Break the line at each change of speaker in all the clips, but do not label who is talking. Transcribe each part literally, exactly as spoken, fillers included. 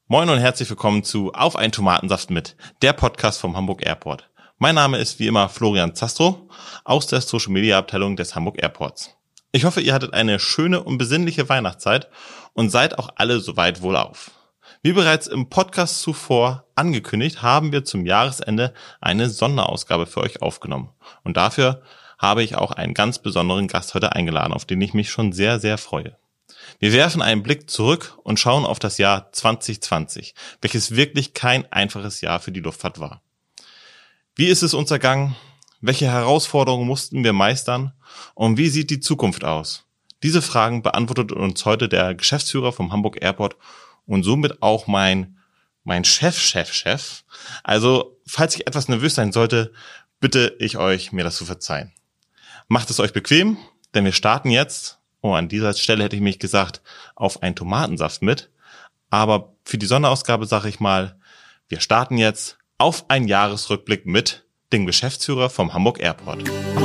Moin und herzlich willkommen zu Auf einen Tomatensaft mit, der Podcast vom Hamburg Airport. Mein Name ist wie immer Florian Zastrow aus der Social Media Abteilung des Hamburg Airports. Ich hoffe, ihr hattet eine schöne und besinnliche Weihnachtszeit und seid auch alle soweit wohlauf. Wie bereits im Podcast zuvor angekündigt, haben wir zum Jahresende eine Sonderausgabe für euch aufgenommen. Und dafür habe ich auch einen ganz besonderen Gast heute eingeladen, auf den ich mich schon sehr, sehr freue. Wir werfen einen Blick zurück und schauen auf das Jahr zwanzig zwanzig, welches wirklich kein einfaches Jahr für die Luftfahrt war. Wie ist es uns ergangen? Welche Herausforderungen mussten wir meistern? Und wie sieht die Zukunft aus? Diese Fragen beantwortet uns heute der Geschäftsführer vom Hamburg Airport und somit auch mein, mein Chef, Chef, Chef. Also, falls ich etwas nervös sein sollte, bitte ich euch, mir das zu verzeihen. Macht es euch bequem, denn wir starten jetzt, oh, an dieser Stelle hätte ich mich gesagt, auf einen Tomatensaft mit. Aber für die Sonderausgabe sage ich mal, wir starten jetzt auf einen Jahresrückblick mit dem Geschäftsführer vom Hamburg Airport.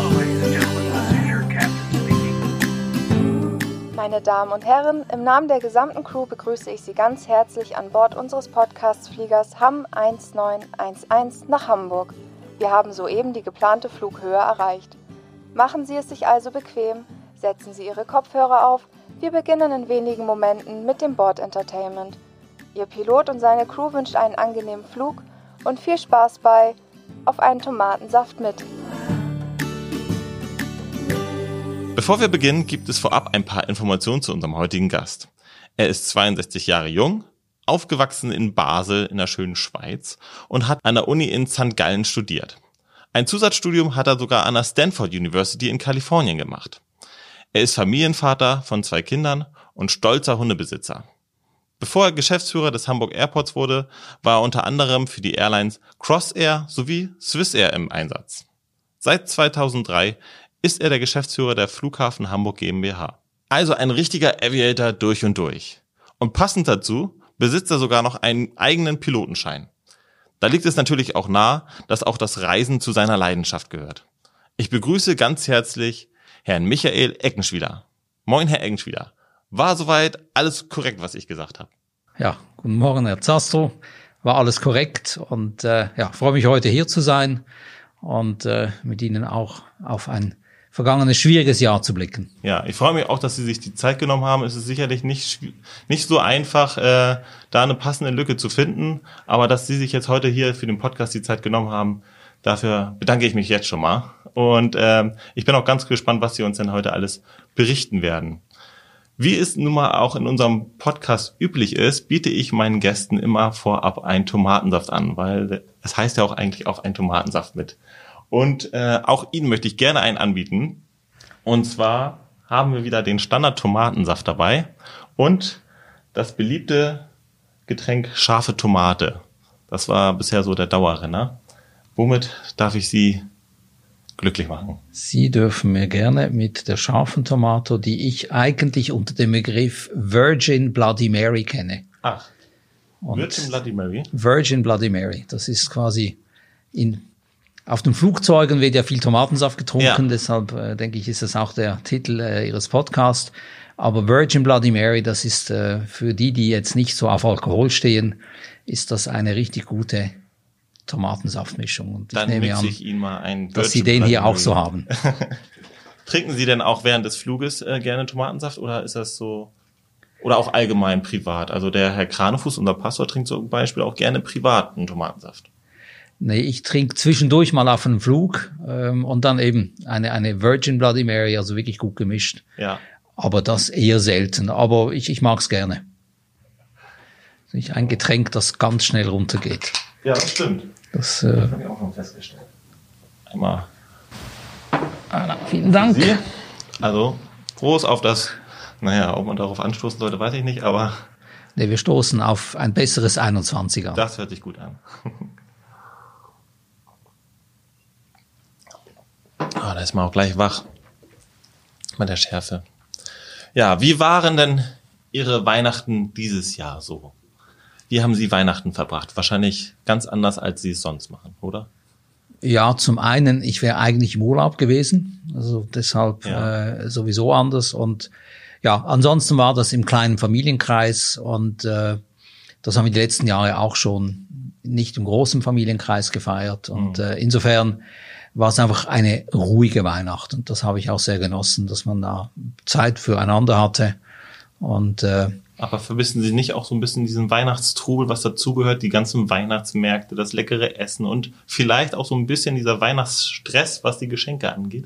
Meine Damen und Herren, im Namen der gesamten Crew begrüße ich Sie ganz herzlich an Bord unseres Podcast-Fliegers H A M eins neun eins eins nach Hamburg. Wir haben soeben die geplante Flughöhe erreicht. Machen Sie es sich also bequem, setzen Sie Ihre Kopfhörer auf. Wir beginnen in wenigen Momenten mit dem Bord-Entertainment. Ihr Pilot und seine Crew wünscht einen angenehmen Flug und viel Spaß bei Auf einen Tomatensaft mit.
Bevor wir beginnen, gibt es vorab ein paar Informationen zu unserem heutigen Gast. Er ist zweiundsechzig Jahre jung, aufgewachsen in Basel in der schönen Schweiz und hat an der Uni in Sankt Gallen studiert. Ein Zusatzstudium hat er sogar an der Stanford University in Kalifornien gemacht. Er ist Familienvater von zwei Kindern und stolzer Hundebesitzer. Bevor er Geschäftsführer des Hamburg Airports wurde, war er unter anderem für die Airlines Crossair sowie Swissair im Einsatz. Seit zweitausenddrei ist er der Geschäftsführer der Flughafen Hamburg GmbH. Also ein richtiger Aviator durch und durch. Und passend dazu besitzt er sogar noch einen eigenen Pilotenschein. Da liegt es natürlich auch nahe, dass auch das Reisen zu seiner Leidenschaft gehört. Ich begrüße ganz herzlich Herrn Michael Eckenschwiler. Moin, Herr Eckenschwiler. War soweit alles korrekt, was ich gesagt habe?
Ja, guten Morgen, Herr Zastrow. War alles korrekt und äh, ja, freue mich heute hier zu sein und äh, mit Ihnen auch auf ein vergangenes schwieriges Jahr zu blicken.
Ja, ich freue mich auch, dass Sie sich die Zeit genommen haben. Es ist sicherlich nicht nicht so einfach, äh, da eine passende Lücke zu finden, aber dass Sie sich jetzt heute hier für den Podcast die Zeit genommen haben, dafür bedanke ich mich jetzt schon mal. Und ähm, ich bin auch ganz gespannt, was Sie uns denn heute alles berichten werden. Wie es nun mal auch in unserem Podcast üblich ist, biete ich meinen Gästen immer vorab einen Tomatensaft an, weil es heißt ja auch eigentlich auf einen Tomatensaft mit. Und äh, auch Ihnen möchte ich gerne einen anbieten. Und zwar haben wir wieder den Standard-Tomatensaft dabei und das beliebte Getränk scharfe Tomate. Das war bisher so der Dauerrenner. Womit darf ich Sie glücklich machen?
Sie dürfen mir gerne mit der scharfen Tomate, die ich eigentlich unter dem Begriff Virgin Bloody Mary kenne.
Ach, und Virgin Bloody Mary?
Virgin Bloody Mary. Das ist quasi in auf den Flugzeugen wird ja viel Tomatensaft getrunken, ja. Deshalb äh, denke ich, ist das auch der Titel äh, Ihres Podcasts. Aber Virgin Bloody Mary, das ist äh, für die, die jetzt nicht so auf Alkohol stehen, ist das eine richtig gute Tomatensaftmischung. Und ich
Dann
nehme
mixe
an,
ich Ihnen mal einen Virgin
dass Sie den
Bloody
hier
Mary.
auch so haben.
Trinken Sie denn auch während des Fluges äh, gerne Tomatensaft oder ist das so, oder auch allgemein privat? Also der Herr Kranefuß, unser Pastor, trinkt zum Beispiel auch gerne privaten Tomatensaft.
Nee, ich trinke zwischendurch mal auf einem Flug ähm, und dann eben eine eine Virgin Bloody Mary, also wirklich gut gemischt.
Ja.
Aber das eher selten. Aber ich ich mag's gerne. Nicht ein Getränk, das ganz schnell runtergeht.
Ja, das stimmt.
Das, äh,
das habe ich auch schon festgestellt. Einmal.
Ah, vielen Dank.
Sie? Also Prost auf das. Naja, ob man darauf anstoßen sollte, weiß ich nicht, aber.
Nee, wir stoßen auf ein besseres einundzwanziger.
Das hört sich gut an. Ah, da ist man auch gleich wach mit der Schärfe. Ja, wie waren denn Ihre Weihnachten dieses Jahr so? Wie haben Sie Weihnachten verbracht? Wahrscheinlich ganz anders, als Sie es sonst machen, oder?
Ja, zum einen, ich wäre eigentlich im Urlaub gewesen, also deshalb
ja.
äh, sowieso anders. Und ja, ansonsten war das im kleinen Familienkreis und äh, das haben wir die letzten Jahre auch schon nicht im großen Familienkreis gefeiert. Und mhm. äh, insofern war es einfach eine ruhige Weihnacht. Und das habe ich auch sehr genossen, dass man da Zeit füreinander hatte. Und äh,
aber vermissen Sie nicht auch so ein bisschen diesen Weihnachtstrubel, was dazugehört, die ganzen Weihnachtsmärkte, das leckere Essen und vielleicht auch so ein bisschen dieser Weihnachtsstress, was die Geschenke angeht?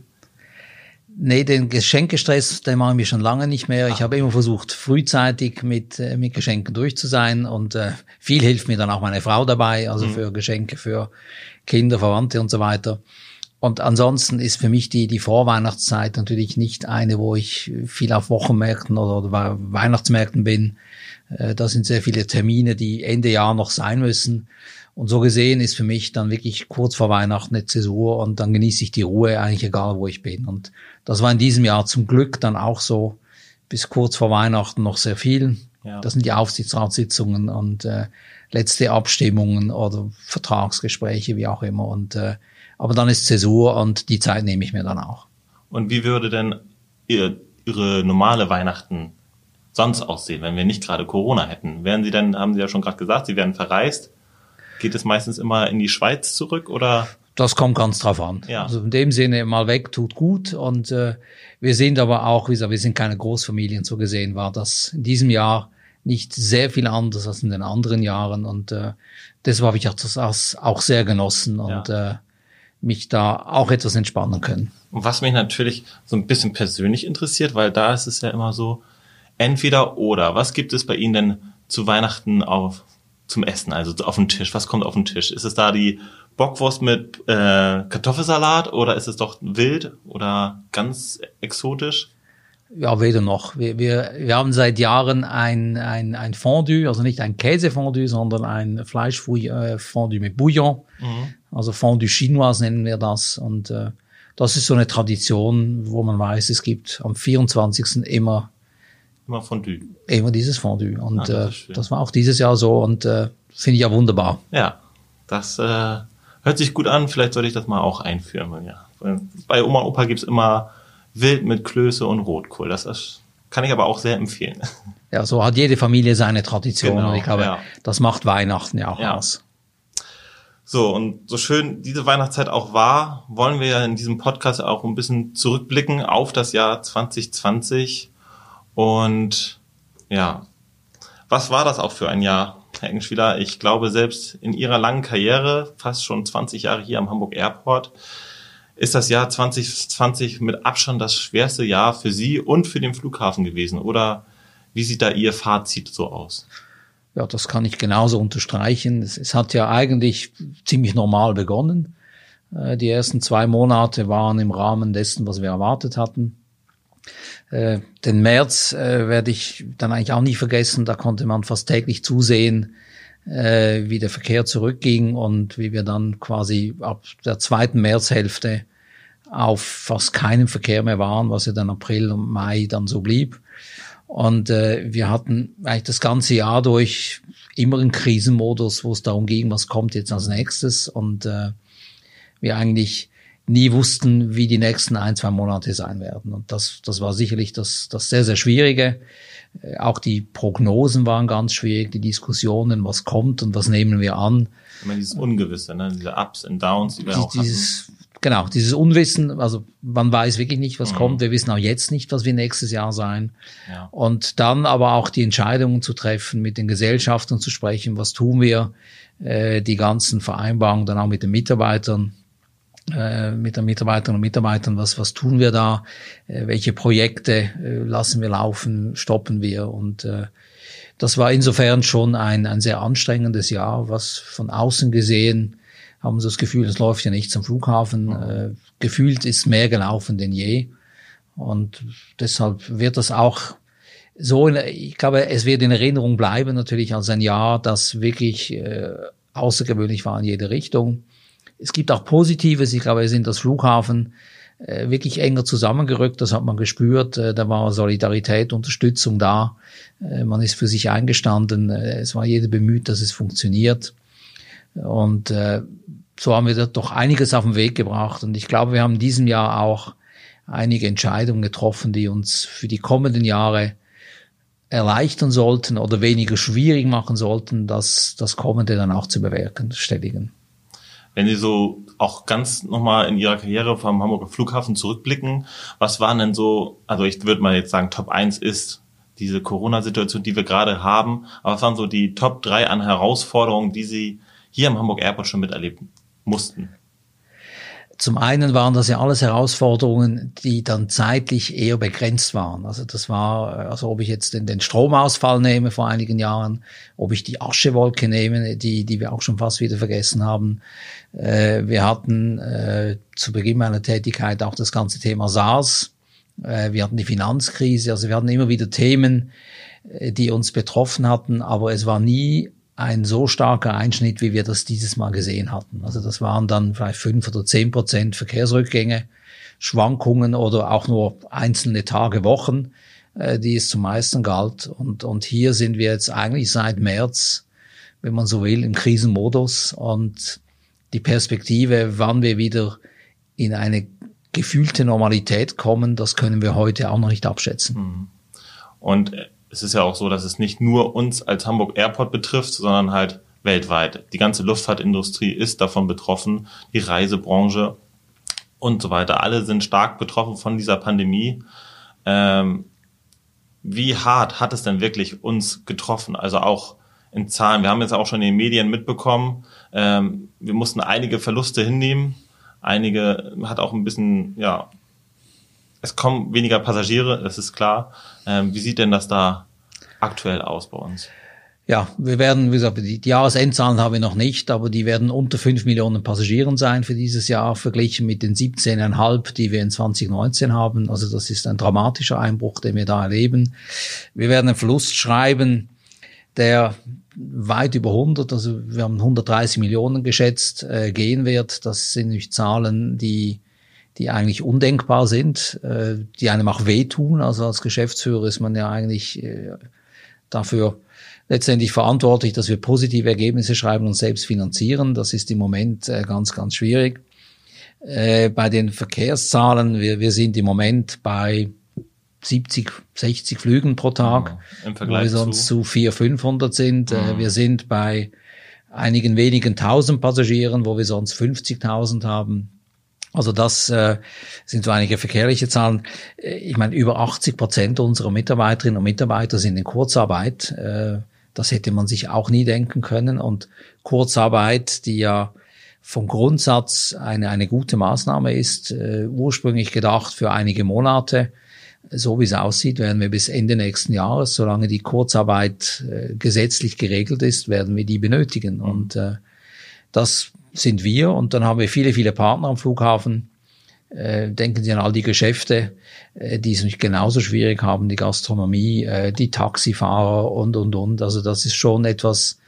Nee, den Geschenkestress, den machen wir schon lange nicht mehr.
Ah.
Ich habe immer versucht, frühzeitig mit mit Geschenken durch zu sein und äh, viel hilft mir dann auch meine Frau dabei, also mhm. für Geschenke für Kinder, Verwandte und so weiter. Und ansonsten ist für mich die die Vorweihnachtszeit natürlich nicht eine, wo ich viel auf Wochenmärkten oder, oder Weihnachtsmärkten bin. Äh, da sind sehr viele Termine, die Ende Jahr noch sein müssen. Und so gesehen ist für mich dann wirklich kurz vor Weihnachten eine Zäsur und dann genieße ich die Ruhe, eigentlich egal, wo ich bin. Und das war in diesem Jahr zum Glück dann auch so, bis kurz vor Weihnachten noch sehr viel. Ja. Das sind die Aufsichtsratssitzungen und äh, letzte Abstimmungen oder Vertragsgespräche, wie auch immer. Und äh, aber dann ist Zäsur und die Zeit nehme ich mir dann auch.
Und wie würde denn ihr, Ihre normale Weihnachten sonst aussehen, wenn wir nicht gerade Corona hätten? Wären Sie denn, haben Sie ja schon gerade gesagt, Sie wären verreist. Geht es meistens immer in die Schweiz zurück oder?
Das kommt ganz drauf an. Ja. Also in dem Sinne mal weg tut gut und äh, wir sind aber auch, wie gesagt, wir sind keine Großfamilien, so gesehen war das in diesem Jahr nicht sehr viel anders als in den anderen Jahren und äh, deshalb habe ich auch das auch sehr genossen und ja. äh, mich da auch etwas entspannen können.
Und was mich natürlich so ein bisschen persönlich interessiert, weil da ist es ja immer so, entweder oder. Was gibt es bei Ihnen denn zu Weihnachten auf zum Essen, also auf den Tisch? Was kommt auf den Tisch? Ist es da die Bockwurst mit äh, Kartoffelsalat oder ist es doch wild oder ganz exotisch?
Ja, weder noch. Wir, wir, wir haben seit Jahren ein, ein, ein Fondue, also nicht ein Käsefondue, sondern ein Fleischfondue mit Bouillon. Mhm. Also Fondue Chinois nennen wir das. Und äh, das ist so eine Tradition, wo man weiß, es gibt am vierundzwanzigsten immer
Immer Fondue.
Immer dieses Fondue. Und ah, das, äh, das war auch dieses Jahr so und äh, finde ich ja wunderbar.
Ja, das äh, hört sich gut an. Vielleicht sollte ich das mal auch einführen. Ja. Bei Oma und Opa gibt's immer Wild mit Klöße und Rotkohl. Das ist, kann ich aber auch sehr empfehlen.
Ja, so hat jede Familie seine Tradition.
Genau,
und ich glaube, ja. das macht Weihnachten ja auch
ja.
aus.
So, und so schön diese Weihnachtszeit auch war, wollen wir ja in diesem Podcast auch ein bisschen zurückblicken auf das Jahr zwanzig zwanzig. Und ja, was war das auch für ein Jahr, Herr Engenschwiler? Ich glaube, selbst in Ihrer langen Karriere, fast schon zwanzig Jahre hier am Hamburg Airport, ist das Jahr zwanzig zwanzig mit Abstand das schwerste Jahr für Sie und für den Flughafen gewesen. Oder wie sieht da Ihr Fazit so aus?
Ja, das kann ich genauso unterstreichen. Es, es hat ja eigentlich ziemlich normal begonnen. Äh, die ersten zwei Monate waren im Rahmen dessen, was wir erwartet hatten. Äh, den März äh, werde ich dann eigentlich auch nie vergessen. Da konnte man fast täglich zusehen, äh, wie der Verkehr zurückging und wie wir dann quasi ab der zweiten Märzhälfte auf fast keinem Verkehr mehr waren, was ja dann April und Mai dann so blieb. Und äh, wir hatten eigentlich das ganze Jahr durch immer einen Krisenmodus, wo es darum ging, was kommt jetzt als nächstes. Und äh, wir eigentlich nie wussten, wie die nächsten ein, zwei Monate sein werden. Und das, das war sicherlich das, das sehr, sehr Schwierige. Äh, auch die Prognosen waren ganz schwierig, die Diskussionen, was kommt und was nehmen wir an.
Ich meine, dieses Ungewisse, ne? Diese Ups und Downs, die wir
die,
auch
dieses, hatten. Genau, dieses Unwissen, also man weiß wirklich nicht, was mhm. kommt. Wir wissen auch jetzt nicht, was wir nächstes Jahr sein. Ja. Und dann aber auch die Entscheidungen zu treffen, mit den Gesellschaften zu sprechen, was tun wir, äh, die ganzen Vereinbarungen dann auch mit den Mitarbeitern, äh, mit den Mitarbeiterinnen und Mitarbeitern, was was tun wir da, äh, welche Projekte äh, lassen wir laufen, stoppen wir und äh, das war insofern schon ein ein sehr anstrengendes Jahr, was von außen gesehen haben sie das Gefühl, es läuft ja nichts am Flughafen, mhm. äh, gefühlt ist mehr gelaufen denn je und deshalb wird das auch so, in, ich glaube, es wird in Erinnerung bleiben natürlich als ein Jahr, das wirklich äh, außergewöhnlich war in jede Richtung. Es gibt auch Positives. Ich glaube, wir sind als Flughafen äh, wirklich enger zusammengerückt. Das hat man gespürt. Äh, da war Solidarität, Unterstützung da. Äh, man ist für sich eingestanden. Äh, es war jeder bemüht, dass es funktioniert. Und äh, so haben wir da doch einiges auf den Weg gebracht. Und ich glaube, wir haben in diesem Jahr auch einige Entscheidungen getroffen, die uns für die kommenden Jahre erleichtern sollten oder weniger schwierig machen sollten, das, das Kommende dann auch zu bewerkstelligen.
Wenn Sie so auch ganz nochmal in Ihrer Karriere vom Hamburger Flughafen zurückblicken, was waren denn so, also ich würde mal jetzt sagen, Top eins ist diese Corona-Situation, die wir gerade haben, aber was waren so die Top drei an Herausforderungen, die Sie hier am Hamburg Airport schon miterleben mussten?
Zum einen waren das ja alles Herausforderungen, die dann zeitlich eher begrenzt waren. Also das war, also ob ich jetzt den, den Stromausfall nehme vor einigen Jahren, ob ich die Aschewolke nehme, die, die wir auch schon fast wieder vergessen haben. Äh, wir hatten äh, zu Beginn meiner Tätigkeit auch das ganze Thema SARS. Äh, wir hatten die Finanzkrise. Also wir hatten immer wieder Themen, äh, die uns betroffen hatten, aber es war nie ein so starker Einschnitt, wie wir das dieses Mal gesehen hatten. Also das waren dann vielleicht fünf oder zehn Prozent Verkehrsrückgänge, Schwankungen oder auch nur einzelne Tage, Wochen, äh, die es zu meistern galt. Und, und hier sind wir jetzt eigentlich seit März, wenn man so will, im Krisenmodus. Und die Perspektive, wann wir wieder in eine gefühlte Normalität kommen, das können wir heute auch noch nicht abschätzen.
Und es ist ja auch so, dass es nicht nur uns als Hamburg Airport betrifft, sondern halt weltweit. Die ganze Luftfahrtindustrie ist davon betroffen, die Reisebranche und so weiter. Alle sind stark betroffen von dieser Pandemie. Ähm, wie hart hat es denn wirklich uns getroffen? Also auch in Zahlen. Wir haben jetzt auch schon in den Medien mitbekommen, ähm, wir mussten einige Verluste hinnehmen. Einige hat auch ein bisschen, ja, es kommen weniger Passagiere, das ist klar. Ähm, wie sieht denn das da aktuell aus bei uns?
Ja, wir werden, wie gesagt, die, die Jahresendzahlen haben wir noch nicht, aber die werden unter fünf Millionen Passagieren sein für dieses Jahr, verglichen mit den siebzehn Komma fünf, die wir in zwanzig neunzehn haben. Also das ist ein dramatischer Einbruch, den wir da erleben. Wir werden einen Verlust schreiben, der weit über hundert, also wir haben hundertdreißig Millionen geschätzt, äh, gehen wird. Das sind nämlich Zahlen, die die eigentlich undenkbar sind, äh, die einem auch wehtun. Also als Geschäftsführer ist man ja eigentlich äh, dafür letztendlich verantwortlich, dass wir positive Ergebnisse schreiben und selbst finanzieren. Das ist im Moment äh, ganz, ganz schwierig. Äh, bei den Verkehrszahlen, wir, wir sind im Moment bei siebzig, sechzig Flügen pro Tag,
ja, im Vergleich
wo wir sonst zu, zu vierhundert, fünfhundert sind.
Ja.
Äh, wir sind bei einigen wenigen tausend Passagieren, wo wir sonst fünfzigtausend haben. Also das äh, sind so einige verkehrliche Zahlen. Ich meine, über achtzig Prozent unserer Mitarbeiterinnen und Mitarbeiter sind in Kurzarbeit. Äh, das hätte man sich auch nie denken können. Und Kurzarbeit, die ja vom Grundsatz eine eine gute Maßnahme ist, äh, ursprünglich gedacht für einige Monate. So wie es aussieht, werden wir bis Ende nächsten Jahres, solange die Kurzarbeit äh, gesetzlich geregelt ist, werden wir die benötigen. Und äh, das sind wir, und dann haben wir viele, viele Partner am Flughafen. Äh, denken Sie an all die Geschäfte, äh, die es nicht genauso schwierig haben, die Gastronomie, äh, die Taxifahrer und, und, und. Also das ist schon etwas,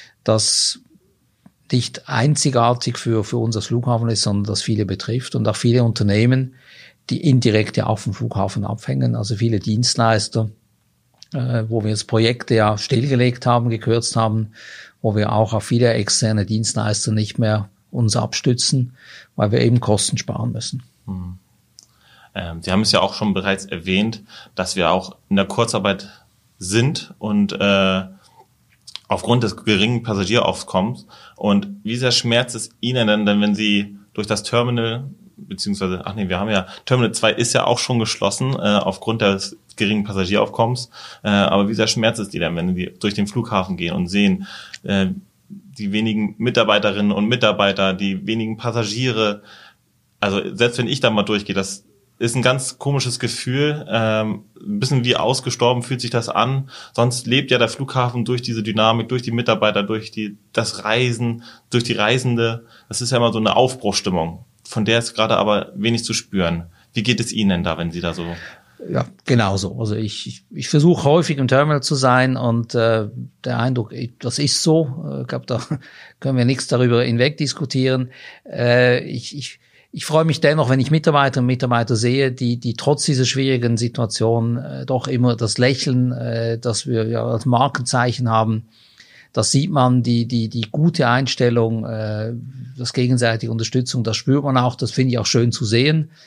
das nicht einzigartig für, für uns als Flughafen ist, sondern das viele betrifft, und auch viele Unternehmen, die indirekt ja auch vom Flughafen abhängen, also viele Dienstleister, äh, wo wir jetzt Projekte ja stillgelegt haben, gekürzt haben, wo wir auch auf viele externe Dienstleister nicht mehr uns abstützen, weil wir eben Kosten sparen müssen.
Hm. Ähm, Sie haben es ja auch schon bereits erwähnt, dass wir auch in der Kurzarbeit sind und äh, aufgrund des geringen Passagieraufkommens. Und wie sehr schmerzt es Ihnen denn, denn wenn Sie durch das Terminal, beziehungsweise, ach nee, wir haben ja, Terminal zwei ist ja auch schon geschlossen, äh, aufgrund des geringen Passagieraufkommens, äh, aber wie sehr schmerzt es die denn, wenn die durch den Flughafen gehen und sehen, äh, die wenigen Mitarbeiterinnen und Mitarbeiter, die wenigen Passagiere, also selbst wenn ich da mal durchgehe, das ist ein ganz komisches Gefühl, ähm, ein bisschen wie ausgestorben fühlt sich das an, sonst lebt ja der Flughafen durch diese Dynamik, durch die Mitarbeiter, durch die das Reisen, durch die Reisende, das ist ja immer so eine Aufbruchstimmung, von der ist gerade aber wenig zu spüren. Wie geht es Ihnen denn da, wenn Sie da so...
Ja, genauso. Also ich, ich, ich versuche häufig im Terminal zu sein, und äh, der Eindruck, das ist so. Ich glaube, da können wir nichts darüber hinweg diskutieren. Äh, ich, ich, ich freue mich dennoch, wenn ich Mitarbeiterinnen und Mitarbeiter sehe, die, die trotz dieser schwierigen Situation äh, doch immer das Lächeln, äh, das wir ja als Markenzeichen haben. Das sieht man, die, die, die gute Einstellung, äh, das gegenseitige Unterstützung, das spürt man auch. Das finde ich auch schön zu sehen.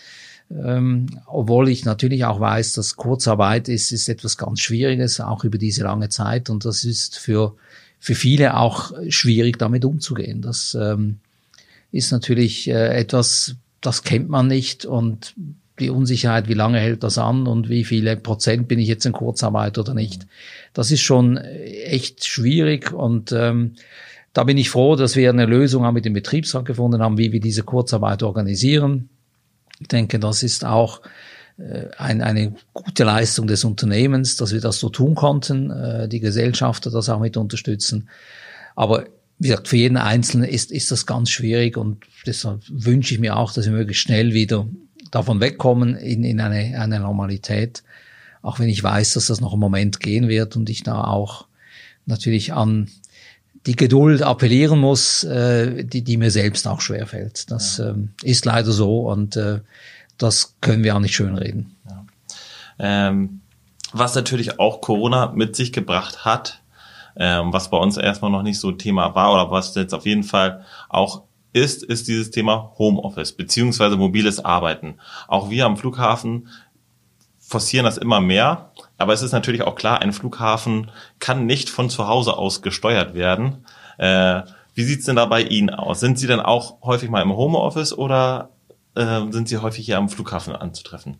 Ähm, obwohl ich natürlich auch weiß, dass Kurzarbeit ist, ist etwas ganz Schwieriges, auch über diese lange Zeit. Und das ist für, für viele auch schwierig, damit umzugehen. Das ähm, ist natürlich äh, etwas, das kennt man nicht. Und die Unsicherheit, wie lange hält das an und wie viele Prozent bin ich jetzt in Kurzarbeit oder nicht. Das ist schon echt schwierig. Und ähm, da bin ich froh, dass wir eine Lösung auch mit dem Betriebsrat gefunden haben, wie wir diese Kurzarbeit organisieren. Ich denke, das ist auch äh, ein, eine gute Leistung des Unternehmens, dass wir das so tun konnten, äh, die Gesellschafter das auch mit unterstützen. Aber wie gesagt, für jeden Einzelnen ist, ist das ganz schwierig und deshalb wünsche ich mir auch, dass wir möglichst schnell wieder davon wegkommen in, in eine, eine Normalität. Auch wenn ich weiß, dass das noch einen Moment gehen wird und ich da auch natürlich an die Geduld appellieren muss, äh, die, die mir selbst auch schwerfällt. Das ja. ähm, ist leider so und äh, das können wir auch nicht schönreden.
Ja. Ähm, was natürlich auch Corona mit sich gebracht hat, ähm, was bei uns erstmal noch nicht so Thema war oder was jetzt auf jeden Fall auch ist, ist dieses Thema Homeoffice beziehungsweise mobiles Arbeiten. Auch wir am Flughafen forcieren das immer mehr. Aber es ist natürlich auch klar, ein Flughafen kann nicht von zu Hause aus gesteuert werden. Äh, wie sieht's denn da bei Ihnen aus? Sind Sie denn auch häufig mal im Homeoffice oder äh, sind Sie häufig hier am Flughafen anzutreffen?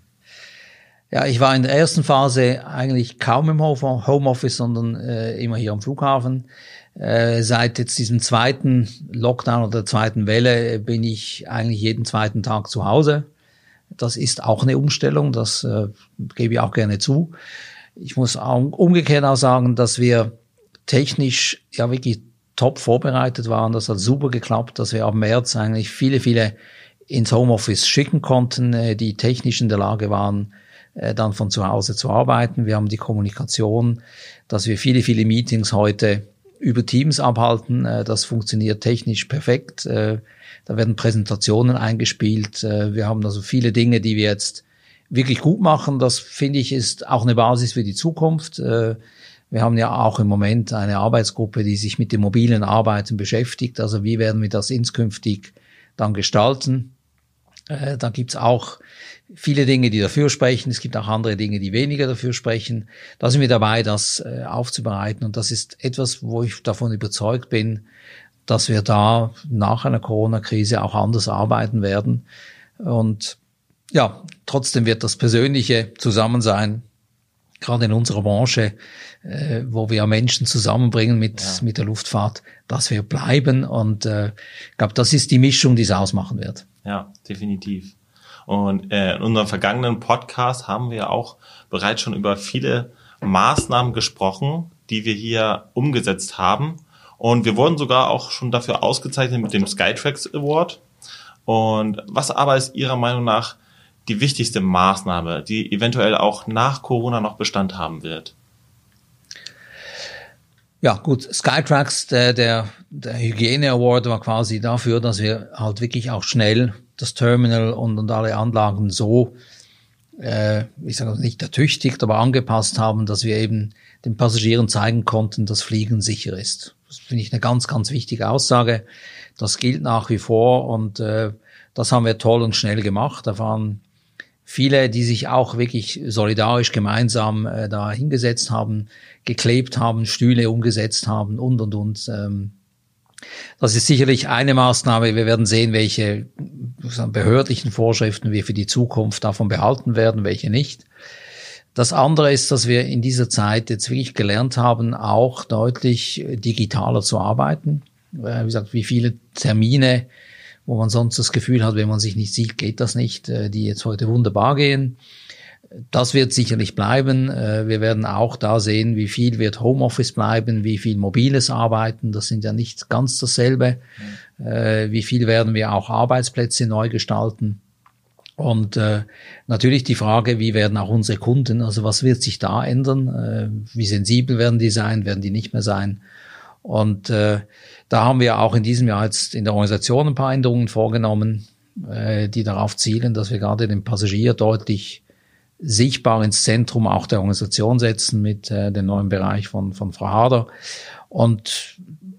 Ja, ich war in der ersten Phase eigentlich kaum im Homeoffice, sondern äh, immer hier am Flughafen. Äh, seit jetzt diesem zweiten Lockdown oder der zweiten Welle bin ich eigentlich jeden zweiten Tag zu Hause. Das ist auch eine Umstellung, das äh, gebe ich auch gerne zu. Ich muss auch umgekehrt auch sagen, dass wir technisch ja wirklich top vorbereitet waren. Das hat super geklappt, dass wir ab März eigentlich viele, viele ins Homeoffice schicken konnten, äh, die technisch in der Lage waren, äh, dann von zu Hause zu arbeiten. Wir haben die Kommunikation, dass wir viele, viele Meetings heute über Teams abhalten. Äh, das funktioniert technisch perfekt. Äh, Da werden Präsentationen eingespielt. Wir haben also viele Dinge, die wir jetzt wirklich gut machen. Das, finde ich, ist auch eine Basis für die Zukunft. Wir haben ja auch im Moment eine Arbeitsgruppe, die sich mit dem mobilen Arbeiten beschäftigt. Also wie werden wir das inskünftig dann gestalten? Da gibt's auch viele Dinge, die dafür sprechen. Es gibt auch andere Dinge, die weniger dafür sprechen. Da sind wir dabei, das aufzubereiten. Und das ist etwas, wo ich davon überzeugt bin, dass wir da nach einer Corona-Krise auch anders arbeiten werden. Und ja, trotzdem wird das persönliche Zusammensein, gerade in unserer Branche, äh, wo wir Menschen zusammenbringen mit, ja. mit der Luftfahrt, das wird bleiben. Und äh, ich glaube, das ist die Mischung, die es ausmachen wird.
Ja, definitiv. Und äh, in unserem vergangenen Podcast haben wir auch bereits schon über viele Maßnahmen gesprochen, die wir hier umgesetzt haben. Und wir wurden sogar auch schon dafür ausgezeichnet mit dem Skytrax Award. Und was aber ist Ihrer Meinung nach die wichtigste Maßnahme, die eventuell auch nach Corona noch Bestand haben wird?
Ja, gut, Skytrax, der, der, der Hygiene Award war quasi dafür, dass wir halt wirklich auch schnell das Terminal und, und alle Anlagen so, äh, ich sage nicht ertüchtigt, aber angepasst haben, dass wir eben den Passagieren zeigen konnten, dass Fliegen sicher ist. Das finde ich eine ganz, ganz wichtige Aussage. Das gilt nach wie vor und äh, das haben wir toll und schnell gemacht. Da waren viele, die sich auch wirklich solidarisch gemeinsam äh, da hingesetzt haben, geklebt haben, Stühle umgesetzt haben und, und, und. Ähm, das ist sicherlich eine Maßnahme. Wir werden sehen, welche behördlichen Vorschriften wir für die Zukunft davon behalten werden, welche nicht. Das andere ist, dass wir in dieser Zeit jetzt wirklich gelernt haben, auch deutlich digitaler zu arbeiten. Wie gesagt, wie viele Termine, wo man sonst das Gefühl hat, wenn man sich nicht sieht, geht das nicht, die jetzt heute wunderbar gehen. Das wird sicherlich bleiben. Wir werden auch da sehen, wie viel wird Homeoffice bleiben, wie viel mobiles Arbeiten. Das sind ja nicht ganz dasselbe. Mhm. Wie viel werden wir auch Arbeitsplätze neu gestalten. Und äh, natürlich die Frage, wie werden auch unsere Kunden, also was wird sich da ändern, äh, wie sensibel werden die sein, werden die nicht mehr sein. Und äh, da haben wir auch in diesem Jahr jetzt in der Organisation ein paar Änderungen vorgenommen, äh, die darauf zielen, dass wir gerade den Passagier deutlich sichtbar ins Zentrum auch der Organisation setzen mit äh, dem neuen Bereich von, von Frau Harder. Und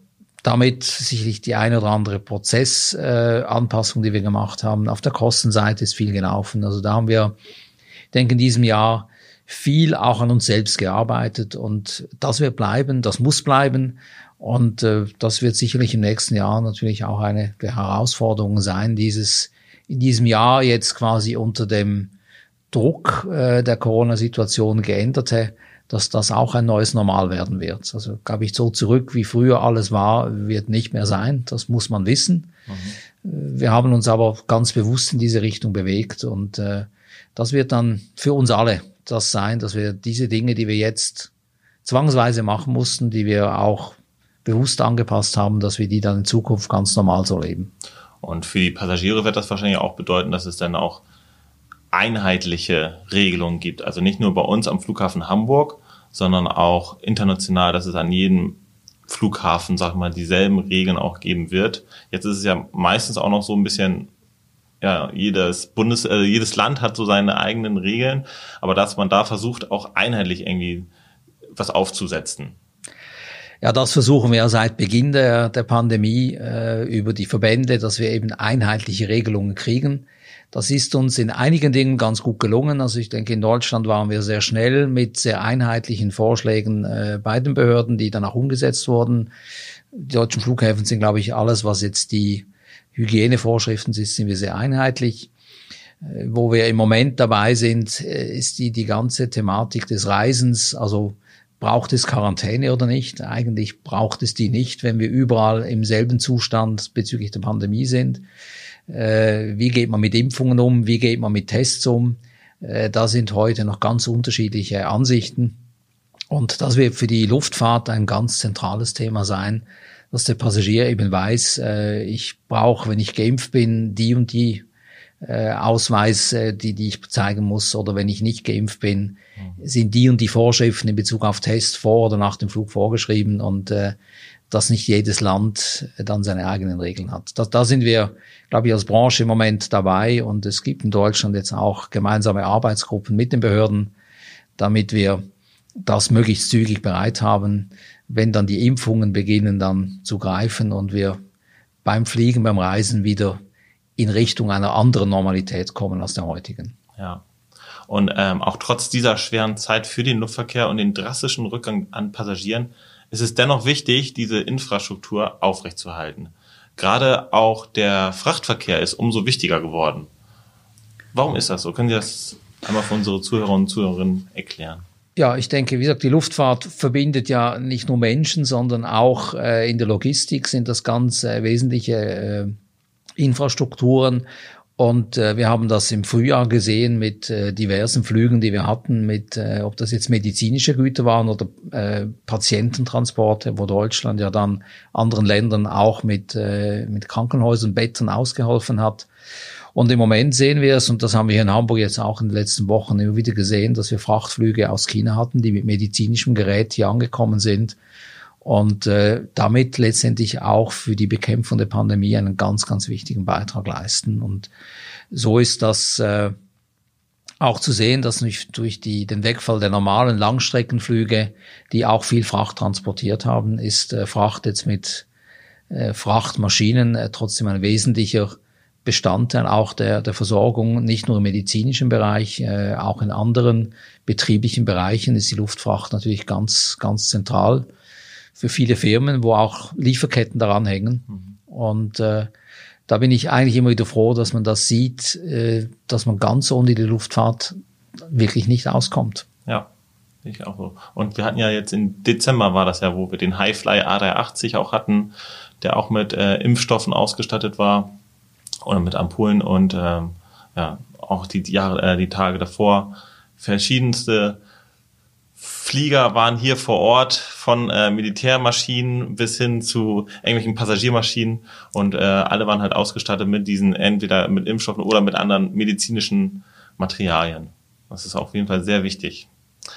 damit sicherlich die eine oder andere Prozessanpassung, äh, die wir gemacht haben. Auf der Kostenseite ist viel gelaufen. Also da haben wir, ich denke, in diesem Jahr viel auch an uns selbst gearbeitet und das wird bleiben, das muss bleiben und äh, das wird sicherlich im nächsten Jahr natürlich auch eine der Herausforderungen sein, dieses in diesem Jahr jetzt quasi unter dem Druck äh, der Corona-Situation geänderte, dass das auch ein neues Normal werden wird. Also glaube ich, so zurück, wie früher alles war, wird nicht mehr sein. Das muss man wissen. Mhm. Wir haben uns aber ganz bewusst in diese Richtung bewegt und äh, das wird dann für uns alle das sein, dass wir diese Dinge, die wir jetzt zwangsweise machen mussten, die wir auch bewusst angepasst haben, dass wir die dann in Zukunft ganz normal so leben.
Und für die Passagiere wird das wahrscheinlich auch bedeuten, dass es dann auch einheitliche Regelungen gibt. Also nicht nur bei uns am Flughafen Hamburg, sondern auch international, dass es an jedem Flughafen, sag ich mal, dieselben Regeln auch geben wird. Jetzt ist es ja meistens auch noch so ein bisschen, ja, jedes Bundes, äh, jedes Land hat so seine eigenen Regeln, aber dass man da versucht, auch einheitlich irgendwie was aufzusetzen.
Ja, das versuchen wir seit Beginn der, der Pandemie äh, über die Verbände, dass wir eben einheitliche Regelungen kriegen. Das ist uns in einigen Dingen ganz gut gelungen. Also ich denke, in Deutschland waren wir sehr schnell mit sehr einheitlichen Vorschlägen äh, bei den Behörden, die dann auch umgesetzt wurden. Die deutschen Flughäfen sind, glaube ich, alles, was jetzt die Hygienevorschriften sind, sind wir sehr einheitlich. Äh, wo wir im Moment dabei sind, äh, ist die, die ganze Thematik des Reisens. Also braucht es Quarantäne oder nicht? Eigentlich braucht es die nicht, wenn wir überall im selben Zustand bezüglich der Pandemie sind. Äh, wie geht man mit Impfungen um? Wie geht man mit Tests um? Äh, da sind heute noch ganz unterschiedliche Ansichten. Und das wird für die Luftfahrt ein ganz zentrales Thema sein, dass der Passagier eben weiß, äh, ich brauche, wenn ich geimpft bin, die und die äh, Ausweis, äh, die, die ich zeigen muss. Oder wenn ich nicht geimpft bin, mhm. sind die und die Vorschriften in Bezug auf Tests vor oder nach dem Flug vorgeschrieben. Und äh, dass nicht jedes Land dann seine eigenen Regeln hat. Da, da sind wir, glaube ich, als Branche im Moment dabei und es gibt in Deutschland jetzt auch gemeinsame Arbeitsgruppen mit den Behörden, damit wir das möglichst zügig bereit haben, wenn dann die Impfungen beginnen dann zu greifen und wir beim Fliegen, beim Reisen wieder in Richtung einer anderen Normalität kommen als der heutigen.
Ja. Und ähm, auch trotz dieser schweren Zeit für den Luftverkehr und den drastischen Rückgang an Passagieren es ist dennoch wichtig, diese Infrastruktur aufrechtzuerhalten. Gerade auch der Frachtverkehr ist umso wichtiger geworden. Warum ist das so? Können Sie das einmal für unsere Zuhörer und Zuhörerinnen erklären?
Ja, ich denke, wie gesagt, die Luftfahrt verbindet ja nicht nur Menschen, sondern auch äh, in der Logistik sind das ganz äh, wesentliche äh, Infrastrukturen. Und äh, wir haben das im Frühjahr gesehen mit äh, diversen Flügen, die wir hatten, mit äh, ob das jetzt medizinische Güter waren oder äh, Patiententransporte, wo Deutschland ja dann anderen Ländern auch mit äh, mit Krankenhäusern, Betten ausgeholfen hat. Und im Moment sehen wir es, und das haben wir hier in Hamburg jetzt auch in den letzten Wochen immer wieder gesehen, dass wir Frachtflüge aus China hatten, die mit medizinischem Gerät hier angekommen sind. Und äh, damit letztendlich auch für die Bekämpfung der Pandemie einen ganz, ganz wichtigen Beitrag leisten. Und so ist das äh, auch zu sehen, dass durch, durch die, den Wegfall der normalen Langstreckenflüge, die auch viel Fracht transportiert haben, ist äh, Fracht jetzt mit äh, Frachtmaschinen äh, trotzdem ein wesentlicher Bestandteil auch der, der Versorgung, nicht nur im medizinischen Bereich, äh, auch in anderen betrieblichen Bereichen ist die Luftfracht natürlich ganz, ganz zentral für viele Firmen, wo auch Lieferketten daran hängen. Mhm. Und äh, da bin ich eigentlich immer wieder froh, dass man das sieht, äh, dass man ganz ohne die Luftfahrt wirklich nicht auskommt.
Ja, ich auch so. Und wir hatten ja jetzt im Dezember war das ja, wo wir den Highfly A drei achtzig auch hatten, der auch mit äh, Impfstoffen ausgestattet war oder mit Ampullen und ähm, ja auch die Jahre, äh, die Tage davor verschiedenste Flieger waren hier vor Ort, von äh, Militärmaschinen bis hin zu irgendwelchen Passagiermaschinen und äh, alle waren halt ausgestattet mit diesen, entweder mit Impfstoffen oder mit anderen medizinischen Materialien. Das ist auf jeden Fall sehr wichtig.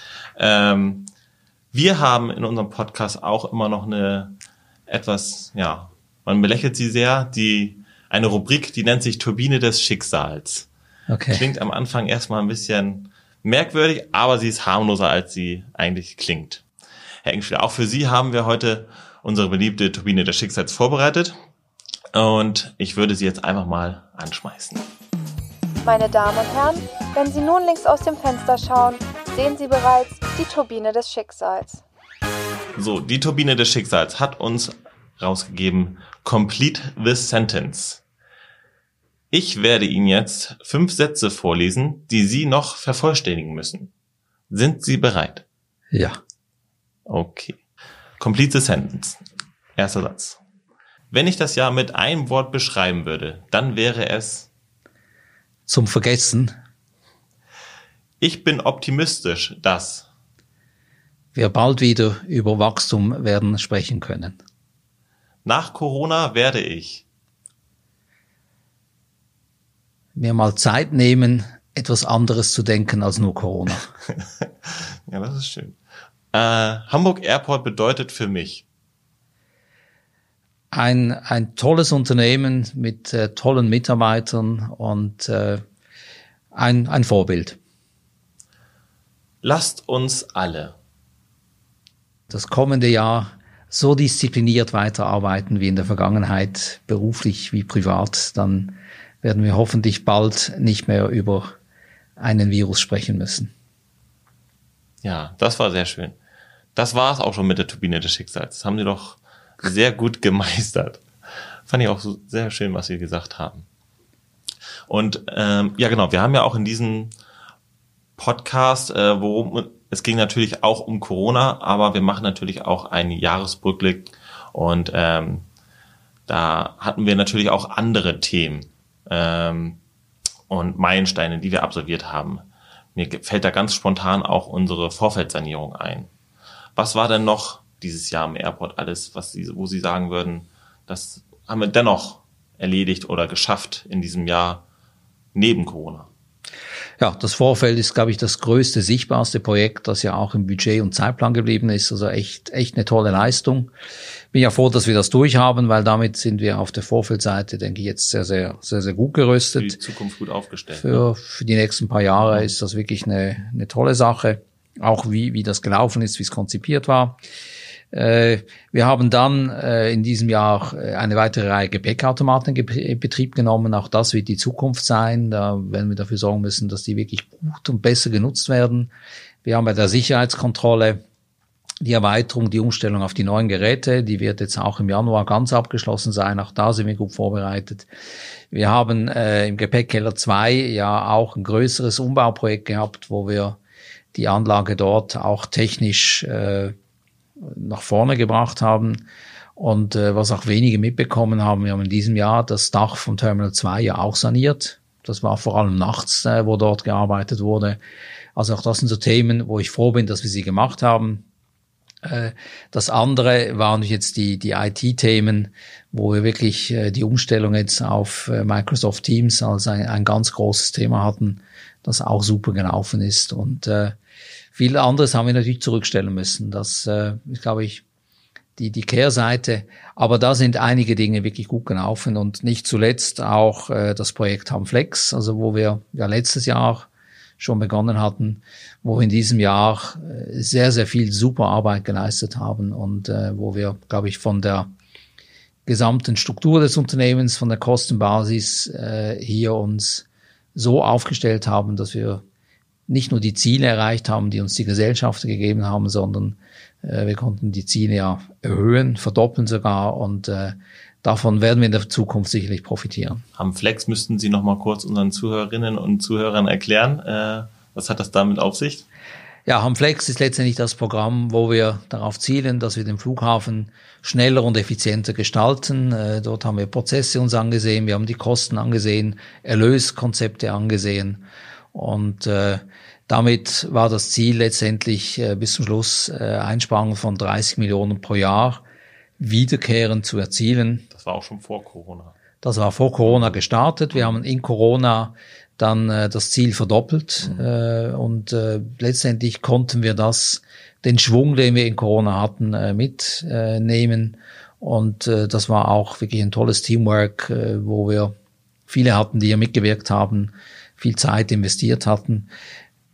Ähm, wir haben in unserem Podcast auch immer noch eine etwas, ja, man belächelt sie sehr, die eine Rubrik, die nennt sich Turbine des Schicksals. Okay. Klingt am Anfang erstmal ein bisschen merkwürdig, aber sie ist harmloser, als sie eigentlich klingt. Herr Engschwede, auch für Sie haben wir heute unsere beliebte Turbine des Schicksals vorbereitet und ich würde sie jetzt einfach mal anschmeißen.
Meine Damen und Herren, wenn Sie nun links aus dem Fenster schauen, sehen Sie bereits die Turbine des Schicksals.
So, die Turbine des Schicksals hat uns rausgegeben Complete the Sentence. Ich werde Ihnen jetzt fünf Sätze vorlesen, die Sie noch vervollständigen müssen. Sind Sie bereit?
Ja.
Okay. Complete the Sentence. Erster Satz. Wenn ich das Jahr mit einem Wort beschreiben würde, dann wäre es...
Zum Vergessen.
Ich bin optimistisch, dass...
wir bald wieder über Wachstum werden sprechen können.
Nach Corona werde ich...
mir mal Zeit nehmen, etwas anderes zu denken als nur Corona.
Ja, das ist schön. Äh, Hamburg Airport bedeutet für mich...
Ein, ein tolles Unternehmen mit äh, tollen Mitarbeitern und äh, ein, ein Vorbild.
Lasst uns alle
das kommende Jahr so diszipliniert weiterarbeiten wie in der Vergangenheit, beruflich wie privat, dann werden wir hoffentlich bald nicht mehr über einen Virus sprechen müssen.
Ja, das war sehr schön. Das war es auch schon mit der Turbine des Schicksals. Das haben Sie doch sehr gut gemeistert. Fand ich auch so sehr schön, was Sie gesagt haben. Und ähm, ja genau, wir haben ja auch in diesem Podcast, äh, worum es ging natürlich auch um Corona, aber wir machen natürlich auch einen Jahresrückblick und ähm, da hatten wir natürlich auch andere Themen ähm, und Meilensteine, die wir absolviert haben. Mir fällt da ganz spontan auch unsere Vorfeldsanierung ein. Was war denn noch dieses Jahr im Airport alles, was Sie, wo Sie sagen würden, das haben wir dennoch erledigt oder geschafft in diesem Jahr neben Corona?
Ja, das Vorfeld ist, glaube ich, das größte, sichtbarste Projekt, das ja auch im Budget und Zeitplan geblieben ist. Also echt, echt eine tolle Leistung. Bin ja froh, dass wir das durchhaben, weil damit sind wir auf der Vorfeldseite, denke ich, jetzt sehr, sehr, sehr, sehr gut gerüstet.
Für die Zukunft gut aufgestellt.
Für, für die nächsten paar Jahre ist das wirklich eine, eine tolle Sache. Auch wie, wie das gelaufen ist, wie es konzipiert war. Äh, wir haben dann äh, in diesem Jahr eine weitere Reihe Gepäckautomaten in Ge- Betrieb genommen. Auch das wird die Zukunft sein. Da werden wir dafür sorgen müssen, dass die wirklich gut und besser genutzt werden. Wir haben bei der Sicherheitskontrolle die Erweiterung, die Umstellung auf die neuen Geräte. Die wird jetzt auch im Januar ganz abgeschlossen sein. Auch da sind wir gut vorbereitet. Wir haben äh, im Gepäckkeller zwei ja auch ein größeres Umbauprojekt gehabt, wo wir die Anlage dort auch technisch äh, nach vorne gebracht haben. Und äh, was auch wenige mitbekommen haben, wir haben in diesem Jahr das Dach vom Terminal zwei ja auch saniert. Das war vor allem nachts, äh, wo dort gearbeitet wurde. Also auch das sind so Themen, wo ich froh bin, dass wir sie gemacht haben. Äh, das andere waren jetzt die, die I T-Themen, wo wir wirklich äh, die Umstellung jetzt auf äh, Microsoft Teams als ein, ein ganz großes Thema hatten, das auch super gelaufen ist. Und äh, viel anderes haben wir natürlich zurückstellen müssen. Das äh, ist, glaube ich, die, die Kehrseite. Aber da sind einige Dinge wirklich gut gelaufen und nicht zuletzt auch äh, das Projekt Hamflex, also wo wir ja letztes Jahr schon begonnen hatten, wo wir in diesem Jahr äh, sehr, sehr viel super Arbeit geleistet haben und äh, wo wir, glaube ich, von der gesamten Struktur des Unternehmens, von der Kostenbasis äh, hier uns so aufgestellt haben, dass wir nicht nur die Ziele erreicht haben, die uns die Gesellschafter gegeben haben, sondern äh, wir konnten die Ziele ja erhöhen, verdoppeln sogar und äh, davon werden wir in der Zukunft sicherlich profitieren.
Hamflex müssten Sie noch mal kurz unseren Zuhörerinnen und Zuhörern erklären. Äh, was hat das damit auf sich?
Ja, Hamflex ist letztendlich das Programm, wo wir darauf zielen, dass wir den Flughafen schneller und effizienter gestalten. Äh, dort haben wir Prozesse uns angesehen, wir haben die Kosten angesehen, Erlöskonzepte angesehen. Und äh, damit war das Ziel letztendlich äh, bis zum Schluss äh, Einsparungen von dreißig Millionen pro Jahr wiederkehrend zu erzielen.
Das war auch schon vor Corona.
Das war vor Corona gestartet. Wir haben in Corona dann äh, das Ziel verdoppelt mhm. äh, und äh, letztendlich konnten wir das, den Schwung, den wir in Corona hatten, äh, mitnehmen. Äh, und äh, das war auch wirklich ein tolles Teamwork, äh, wo wir viele hatten, die ja mitgewirkt haben, viel Zeit investiert hatten.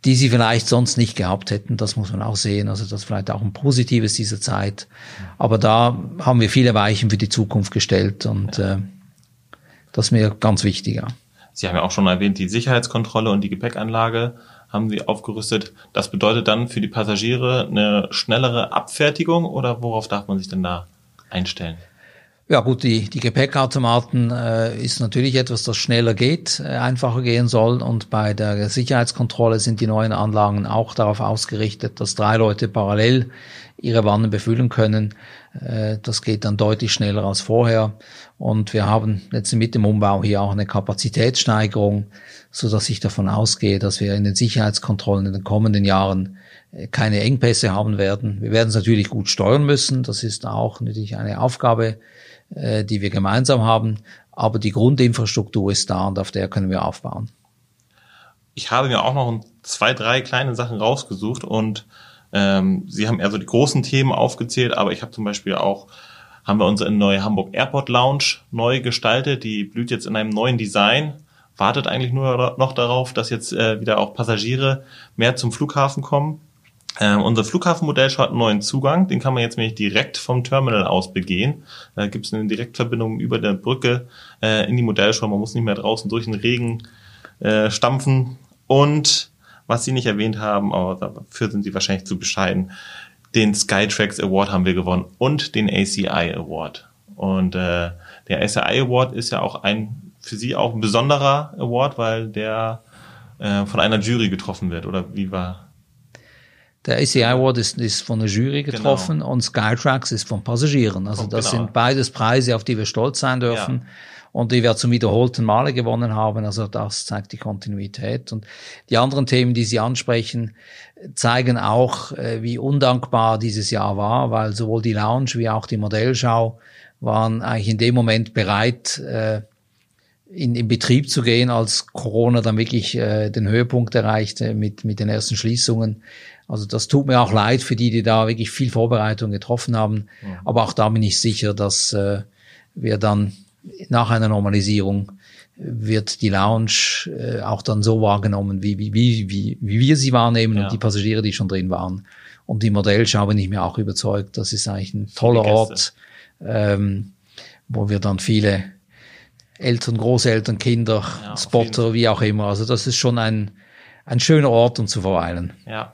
die sie vielleicht sonst nicht gehabt hätten. Das muss man auch sehen. Also das ist vielleicht auch ein Positives dieser Zeit. Aber da haben wir viele Weichen für die Zukunft gestellt und ja. äh, das ist mir ganz wichtig. Ja.
Sie haben ja auch schon erwähnt, die Sicherheitskontrolle und die Gepäckanlage haben Sie aufgerüstet. Das bedeutet dann für die Passagiere eine schnellere Abfertigung oder worauf darf man sich denn da einstellen?
Ja gut, die, die Gepäckautomaten äh, ist natürlich etwas, das schneller geht, äh, einfacher gehen soll. Und bei der Sicherheitskontrolle sind die neuen Anlagen auch darauf ausgerichtet, dass drei Leute parallel ihre Wannen befüllen können. Äh, das geht dann deutlich schneller als vorher. Und wir haben jetzt mit dem Umbau hier auch eine Kapazitätssteigerung, so dass ich davon ausgehe, dass wir in den Sicherheitskontrollen in den kommenden Jahren äh, keine Engpässe haben werden. Wir werden es natürlich gut steuern müssen. Das ist auch natürlich eine Aufgabe, die wir gemeinsam haben, aber die Grundinfrastruktur ist da und auf der können wir aufbauen.
Ich habe mir auch noch zwei, drei kleine Sachen rausgesucht und ähm, Sie haben eher so die großen Themen aufgezählt, aber ich habe zum Beispiel auch, haben wir unsere neue Hamburg Airport Lounge neu gestaltet, die blüht jetzt in einem neuen Design, wartet eigentlich nur noch darauf, dass jetzt äh, wieder auch Passagiere mehr zum Flughafen kommen. Ähm, unser Flughafenmodellschau hat einen neuen Zugang, den kann man jetzt nämlich direkt vom Terminal aus begehen. Da gibt es eine Direktverbindung über der Brücke äh, in die Modellschau. Man muss nicht mehr draußen durch den Regen äh, stampfen. Und was Sie nicht erwähnt haben, aber dafür sind Sie wahrscheinlich zu bescheiden, den Skytrax Award haben wir gewonnen und den A C I Award. Und äh, der A C I Award ist ja auch ein für Sie auch ein besonderer Award, weil der äh, von einer Jury getroffen wird. Oder wie war...
Der A C I Award ist, ist von der Jury getroffen genau. Und Skytrax ist von Passagieren. Also das genau. sind beides Preise, auf die wir stolz sein dürfen ja. Und die wir zum wiederholten Male gewonnen haben. Also das zeigt die Kontinuität. Und die anderen Themen, die Sie ansprechen, zeigen auch, wie undankbar dieses Jahr war, weil sowohl die Lounge wie auch die Modellschau waren eigentlich in dem Moment bereit, in, in Betrieb zu gehen, als Corona dann wirklich äh, den Höhepunkt erreichte mit, mit den ersten Schließungen. Also das tut mir auch leid für die, die da wirklich viel Vorbereitung getroffen haben. Ja. Aber auch da bin ich sicher, dass äh, wir dann nach einer Normalisierung wird die Lounge äh, auch dann so wahrgenommen, wie, wie, wie, wie, wie wir sie wahrnehmen ja. Und die Passagiere, die schon drin waren. Und die Modellschau bin ich mir auch überzeugt, das ist eigentlich ein toller Ort, ähm, wo wir dann viele Eltern, Großeltern, Kinder, ja, Spotter, wie auch immer. Also das ist schon ein, ein schöner Ort, um zu verweilen.
Ja.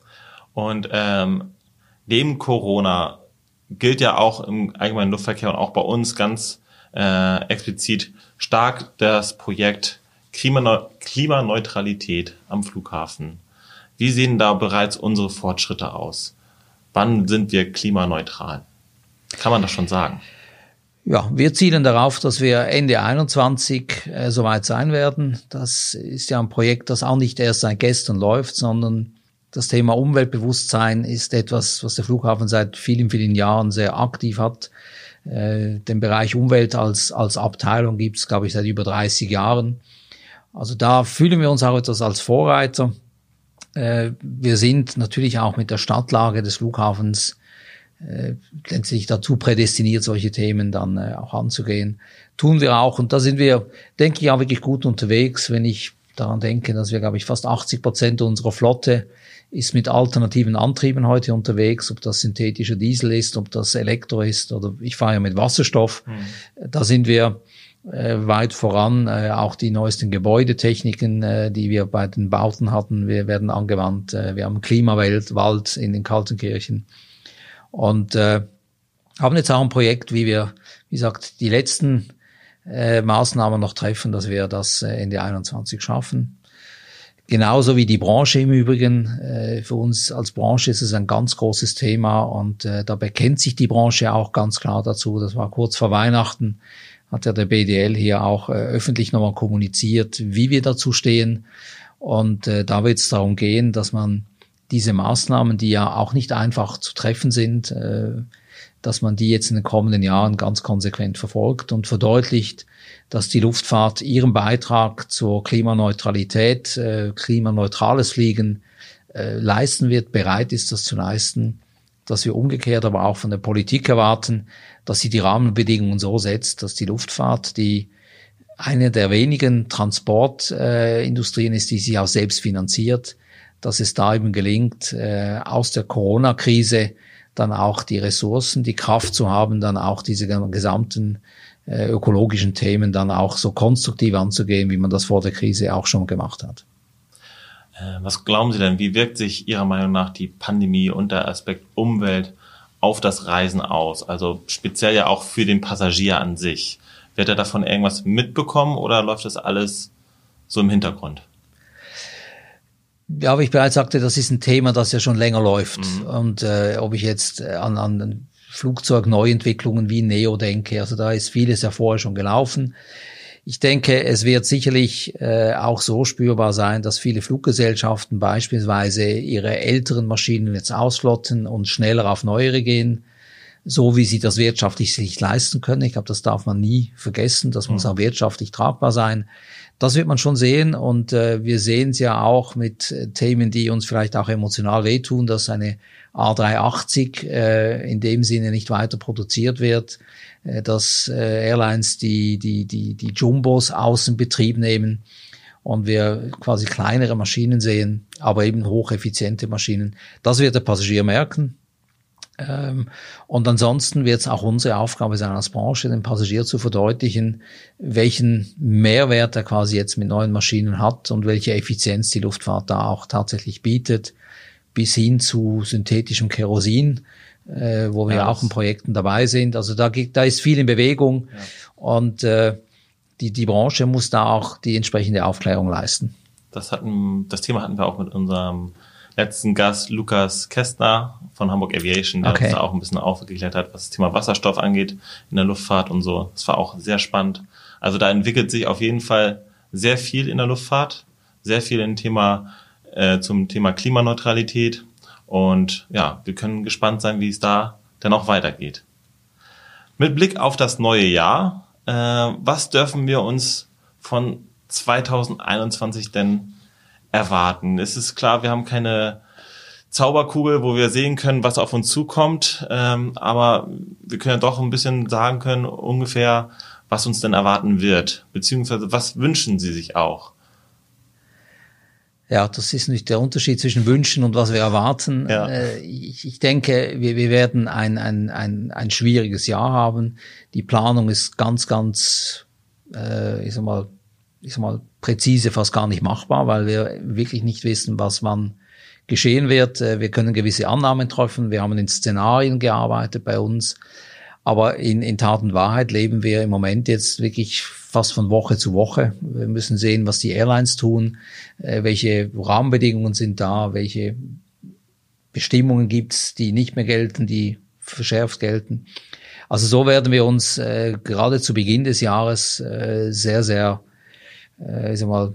Und ähm, neben Corona gilt ja auch im allgemeinen Luftverkehr und auch bei uns ganz äh, explizit stark das Projekt Klimaneu- Klimaneutralität am Flughafen. Wie sehen da bereits unsere Fortschritte aus? Wann sind wir klimaneutral? Kann man das schon sagen?
Ja, wir zielen darauf, dass wir Ende einundzwanzig äh, soweit sein werden. Das ist ja ein Projekt, das auch nicht erst seit gestern läuft, sondern das Thema Umweltbewusstsein ist etwas, was der Flughafen seit vielen, vielen Jahren sehr aktiv hat. Äh, den Bereich Umwelt als als Abteilung gibt es, glaube ich, seit über dreißig Jahren. Also da fühlen wir uns auch etwas als Vorreiter. Äh, wir sind natürlich auch mit der Stadtlage des Flughafens äh, letztlich dazu prädestiniert, solche Themen dann äh, auch anzugehen. Tun wir auch. Und da sind wir, denke ich, auch wirklich gut unterwegs, wenn ich daran denke, dass wir, glaube ich, fast achtzig Prozent unserer Flotte ist mit alternativen Antrieben heute unterwegs, ob das synthetischer Diesel ist, ob das Elektro ist oder ich fahre ja mit Wasserstoff. Mhm. Da sind wir äh, weit voran. Äh, auch die neuesten Gebäudetechniken, äh, die wir bei den Bauten hatten, wir werden angewandt. Äh, wir haben Klimawald Wald in den Kaltenkirchen und äh, haben jetzt auch ein Projekt, wie wir, wie gesagt, die letzten äh, Maßnahmen noch treffen, dass wir das äh, Ende einundzwanzig schaffen. Genauso wie die Branche im Übrigen. Äh, für uns als Branche ist es ein ganz großes Thema und äh, da bekennt sich die Branche auch ganz klar dazu. Das war kurz vor Weihnachten, hat ja der B D L hier auch äh, öffentlich nochmal kommuniziert, wie wir dazu stehen. Und äh, da wird es darum gehen, dass man diese Maßnahmen, die ja auch nicht einfach zu treffen sind, äh, dass man die jetzt in den kommenden Jahren ganz konsequent verfolgt und verdeutlicht, dass die Luftfahrt ihren Beitrag zur Klimaneutralität, äh, klimaneutrales Fliegen äh, leisten wird, bereit ist, das zu leisten, dass wir umgekehrt aber auch von der Politik erwarten, dass sie die Rahmenbedingungen so setzt, dass die Luftfahrt, die eine der wenigen Transportindustrien äh, ist, die sich auch selbst finanziert, dass es da eben gelingt, äh, aus der Corona-Krise dann auch die Ressourcen, die Kraft zu haben, dann auch diese gesamten äh, ökologischen Themen dann auch so konstruktiv anzugehen, wie man das vor der Krise auch schon gemacht hat.
Äh, was glauben Sie denn, wie wirkt sich Ihrer Meinung nach die Pandemie und der Aspekt Umwelt auf das Reisen aus? Also speziell ja auch für den Passagier an sich. Wird er davon irgendwas mitbekommen oder läuft das alles so im Hintergrund?
Ja, wie ich bereits sagte, das ist ein Thema, das ja schon länger läuft. Mhm. Und äh, ob ich jetzt an, an Flugzeugneuentwicklungen wie Neo denke, also da ist vieles ja vorher schon gelaufen. Ich denke, es wird sicherlich äh, auch so spürbar sein, dass viele Fluggesellschaften beispielsweise ihre älteren Maschinen jetzt ausflotten und schneller auf neuere gehen, so wie sie das wirtschaftlich sich leisten können. Ich glaube, das darf man nie vergessen. Das muss auch wirtschaftlich tragbar sein. Das wird man schon sehen und äh, wir sehen es ja auch mit äh, Themen, die uns vielleicht auch emotional wehtun, dass eine A drei achtzig äh, in dem Sinne nicht weiter produziert wird, äh, dass äh, Airlines die die die die Jumbos außen Betrieb nehmen und wir quasi kleinere Maschinen sehen, aber eben hocheffiziente Maschinen. Das wird der Passagier merken. Und ansonsten wird es auch unsere Aufgabe sein als Branche, dem Passagier zu verdeutlichen, welchen Mehrwert er quasi jetzt mit neuen Maschinen hat und welche Effizienz die Luftfahrt da auch tatsächlich bietet, bis hin zu synthetischem Kerosin, äh, wo wir ja, auch in Projekten dabei sind. Also da, da ist viel in Bewegung ja. und äh, die, die Branche muss da auch die entsprechende Aufklärung leisten.
Das hatten, das Thema hatten wir auch mit unserem letzten Gast Lukas Kästner von Hamburg Aviation, der okay. uns da auch ein bisschen aufgeklärt hat, was das Thema Wasserstoff angeht in der Luftfahrt und so. Das war auch sehr spannend. Also da entwickelt sich auf jeden Fall sehr viel in der Luftfahrt, sehr viel im Thema, äh, zum Thema Klimaneutralität und ja, wir können gespannt sein, wie es da dann auch weitergeht. Mit Blick auf das neue Jahr, äh, was dürfen wir uns von zwanzig einundzwanzig denn erwarten? Es ist klar, wir haben keine Zauberkugel, wo wir sehen können, was auf uns zukommt, ähm, aber wir können ja doch ein bisschen sagen können, ungefähr, was uns denn erwarten wird, beziehungsweise was wünschen Sie sich auch?
Ja, das ist nicht der Unterschied zwischen wünschen und was wir erwarten. Ja. Äh, ich, ich denke, wir, wir werden ein, ein, ein, ein schwieriges Jahr haben. Die Planung ist ganz, ganz, äh, ich sag mal, ich sag mal, präzise fast gar nicht machbar, weil wir wirklich nicht wissen, was wann geschehen wird. Wir können gewisse Annahmen treffen. Wir haben in Szenarien gearbeitet bei uns. Aber in, in Tat und Wahrheit leben wir im Moment jetzt wirklich fast von Woche zu Woche. Wir müssen sehen, was die Airlines tun, welche Rahmenbedingungen sind da, welche Bestimmungen gibt's, die nicht mehr gelten, die verschärft gelten. Also so werden wir uns äh, gerade zu Beginn des Jahres äh, sehr, sehr äh, ich sag mal,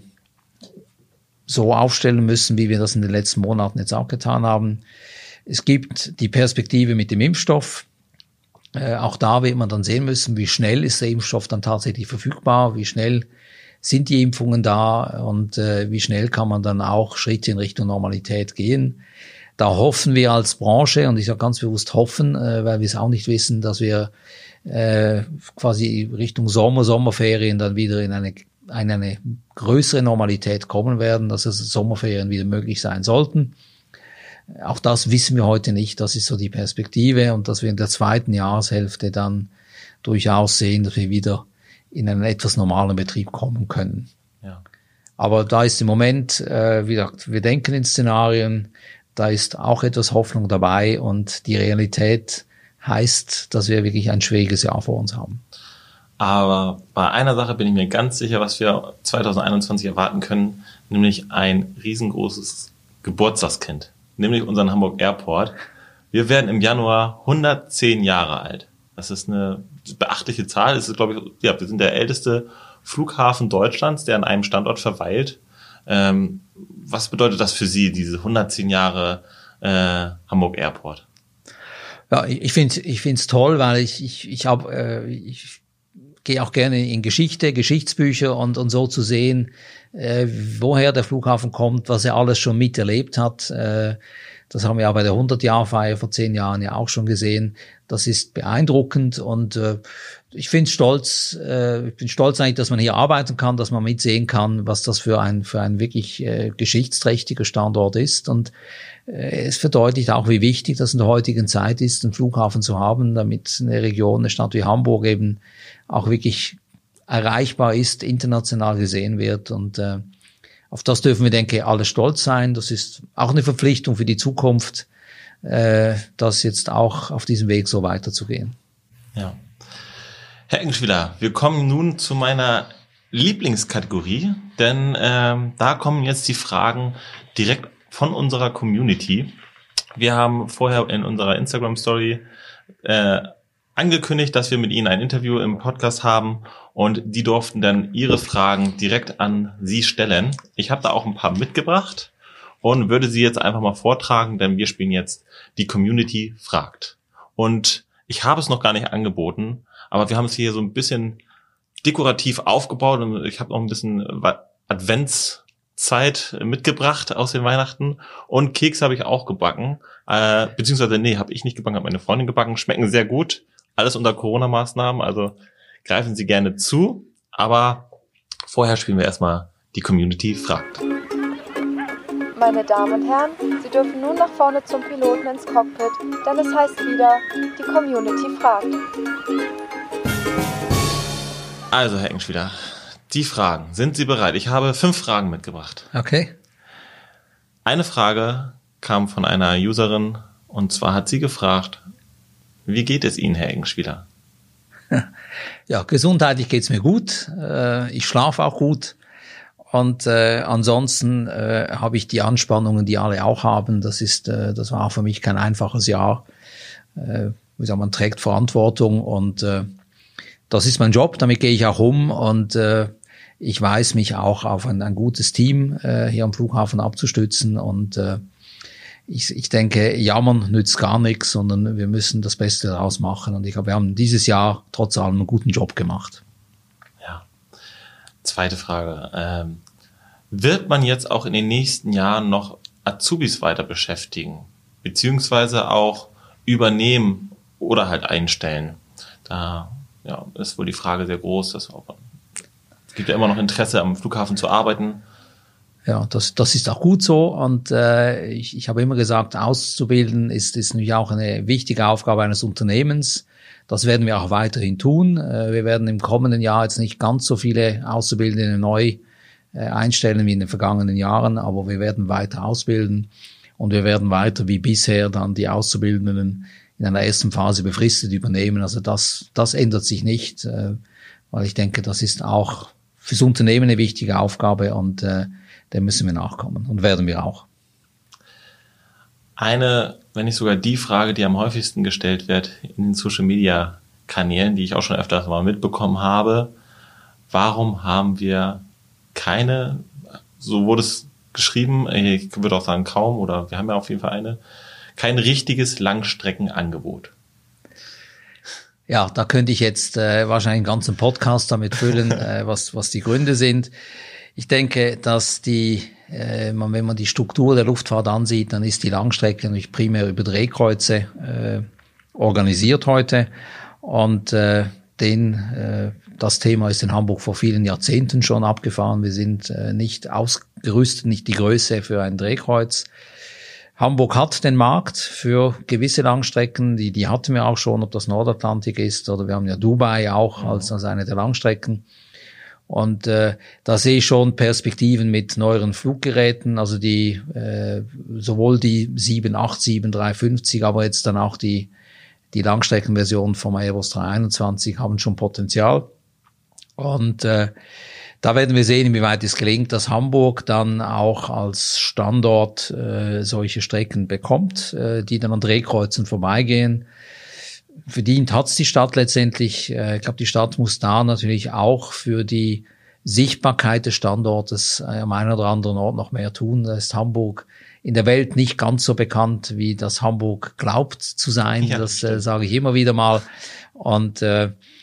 so aufstellen müssen, wie wir das in den letzten Monaten jetzt auch getan haben. Es gibt die Perspektive mit dem Impfstoff. Äh, auch da wird man dann sehen müssen, wie schnell ist der Impfstoff dann tatsächlich verfügbar, wie schnell sind die Impfungen da und äh, wie schnell kann man dann auch Schritte in Richtung Normalität gehen. Da hoffen wir als Branche, und ich sage ganz bewusst hoffen, äh, weil wir es auch nicht wissen, dass wir äh, quasi Richtung Sommer, Sommerferien dann wieder in eine eine, eine größere Normalität kommen werden, dass es Sommerferien wieder möglich sein sollten. Auch das wissen wir heute nicht, das ist so die Perspektive, und dass wir in der zweiten Jahreshälfte dann durchaus sehen, dass wir wieder in einen etwas normalen Betrieb kommen können. Ja. Aber da ist im Moment, äh, wie gesagt, wir denken in Szenarien, da ist auch etwas Hoffnung dabei und die Realität heißt, dass wir wirklich ein schwieriges Jahr vor uns haben.
Aber bei einer Sache bin ich mir ganz sicher, was wir zwanzig einundzwanzig erwarten können, nämlich ein riesengroßes Geburtstagskind, nämlich unseren Hamburg Airport. Wir werden im Januar hundertzehn Jahre alt. Das ist eine beachtliche Zahl. Das ist, glaube ich, ja, wir sind der älteste Flughafen Deutschlands, der an einem Standort verweilt. Ähm, was bedeutet das für Sie, diese hundertzehn Jahre äh, Hamburg Airport?
Ja, ich finde ich finde es toll, weil ich ich ich habe äh, ich gehe auch gerne in Geschichte, Geschichtsbücher und und so zu sehen, äh, woher der Flughafen kommt, was er alles schon miterlebt hat. Äh, Das haben wir ja bei der hundert-Jahr-Feier vor zehn Jahren ja auch schon gesehen. Das ist beeindruckend und äh, ich finde stolz, äh, ich bin stolz eigentlich, dass man hier arbeiten kann, dass man mitsehen kann, was das für ein für ein wirklich äh, geschichtsträchtiger Standort ist. Und äh, es verdeutlicht auch, wie wichtig das in der heutigen Zeit ist, einen Flughafen zu haben, damit eine Region, eine Stadt wie Hamburg eben auch wirklich erreichbar ist, international gesehen wird. Und äh, auf das dürfen wir, denke ich, alle stolz sein. Das ist auch eine Verpflichtung für die Zukunft, äh, das jetzt auch auf diesem Weg so weiterzugehen.
Ja. Herr Eggenschwiler, wir kommen nun zu meiner Lieblingskategorie, denn ähm, da kommen jetzt die Fragen direkt von unserer Community. Wir haben vorher in unserer Instagram-Story äh, angekündigt, dass wir mit Ihnen ein Interview im Podcast haben und die durften dann ihre Fragen direkt an Sie stellen. Ich habe da auch ein paar mitgebracht und würde sie jetzt einfach mal vortragen, denn wir spielen jetzt die Community fragt. Und ich habe es noch gar nicht angeboten, aber wir haben es hier so ein bisschen dekorativ aufgebaut und ich habe noch ein bisschen Adventszeit mitgebracht aus den Weihnachten und Kekse habe ich auch gebacken, äh, beziehungsweise nee, habe ich nicht gebacken, habe meine Freundin gebacken, schmecken sehr gut, alles unter Corona-Maßnahmen, also greifen Sie gerne zu, aber vorher spielen wir erstmal die Community fragt.
Meine Damen und Herren, Sie dürfen nun nach vorne zum Piloten ins Cockpit, denn es heißt wieder, die Community fragt.
Also, Herr Eggenschwiler, die Fragen. Sind Sie bereit? Ich habe fünf Fragen mitgebracht.
Okay.
Eine Frage kam von einer Userin und zwar hat sie gefragt, wie geht es Ihnen, Herr Eggenschwiler?
Ja, gesundheitlich geht's mir gut. Äh, ich schlafe auch gut. Und äh, ansonsten äh, habe ich die Anspannungen, die alle auch haben. Das ist, äh, das war für mich kein einfaches Jahr. Äh, wie sagt man, trägt Verantwortung und äh, das ist mein Job. Damit gehe ich auch um und äh, ich weiß mich auch auf ein, ein gutes Team äh, hier am Flughafen abzustützen und äh, ich, ich denke, jammern nützt gar nichts, sondern wir müssen das Beste daraus machen. Und ich glaube, wir haben dieses Jahr trotz allem einen guten Job gemacht.
Ja. Zweite Frage. Ähm, wird man jetzt auch in den nächsten Jahren noch Azubis weiter beschäftigen, beziehungsweise auch übernehmen oder halt einstellen? Da ja, ist wohl die Frage sehr groß. Dass auch, es gibt ja immer noch Interesse, am Flughafen zu arbeiten.
Ja, das, das ist auch gut so. Und äh, ich, ich habe immer gesagt, auszubilden ist, ist natürlich auch eine wichtige Aufgabe eines Unternehmens. Das werden wir auch weiterhin tun. Äh, wir werden im kommenden Jahr jetzt nicht ganz so viele Auszubildende neu äh, einstellen wie in den vergangenen Jahren, aber wir werden weiter ausbilden und wir werden weiter wie bisher dann die Auszubildenden in einer ersten Phase befristet übernehmen. Also das, das ändert sich nicht, äh, weil ich denke, das ist auch fürs Unternehmen eine wichtige Aufgabe und äh, dem müssen wir nachkommen und werden wir auch.
Eine, wenn nicht sogar die Frage, die am häufigsten gestellt wird in den Social-Media-Kanälen, die ich auch schon öfters mal mitbekommen habe, warum haben wir keine, so wurde es geschrieben, ich würde auch sagen kaum, oder wir haben ja auf jeden Fall eine, kein richtiges Langstreckenangebot.
Ja, da könnte ich jetzt äh, wahrscheinlich einen ganzen Podcast damit füllen, äh, was, was die Gründe sind. Ich denke, dass die, äh, man, wenn man die Struktur der Luftfahrt ansieht, dann ist die Langstrecke natürlich primär über Drehkreuze äh, organisiert heute. Und äh, den, äh, das Thema ist in Hamburg vor vielen Jahrzehnten schon abgefahren. Wir sind äh, nicht ausgerüstet, nicht die Größe für ein Drehkreuz. Hamburg hat den Markt für gewisse Langstrecken, die, die hatten wir auch schon, ob das Nordatlantik ist oder wir haben ja Dubai auch als, als eine der Langstrecken. Und äh, da sehe ich schon Perspektiven mit neueren Fluggeräten, also die äh, sowohl die sieben acht sieben drei fünfzig, aber jetzt dann auch die die Langstreckenversion vom Airbus drei einundzwanzig haben schon Potenzial. Und äh, da werden wir sehen, inwieweit es gelingt, dass Hamburg dann auch als Standort äh, solche Strecken bekommt, äh, die dann an Drehkreuzen vorbeigehen. Verdient hat's die Stadt letztendlich. Ich glaube, die Stadt muss da natürlich auch für die Sichtbarkeit des Standortes am einen oder anderen Ort noch mehr tun. Da ist Hamburg in der Welt nicht ganz so bekannt, wie das Hamburg glaubt zu sein. Ja, das äh, sage ich immer wieder mal. Und äh,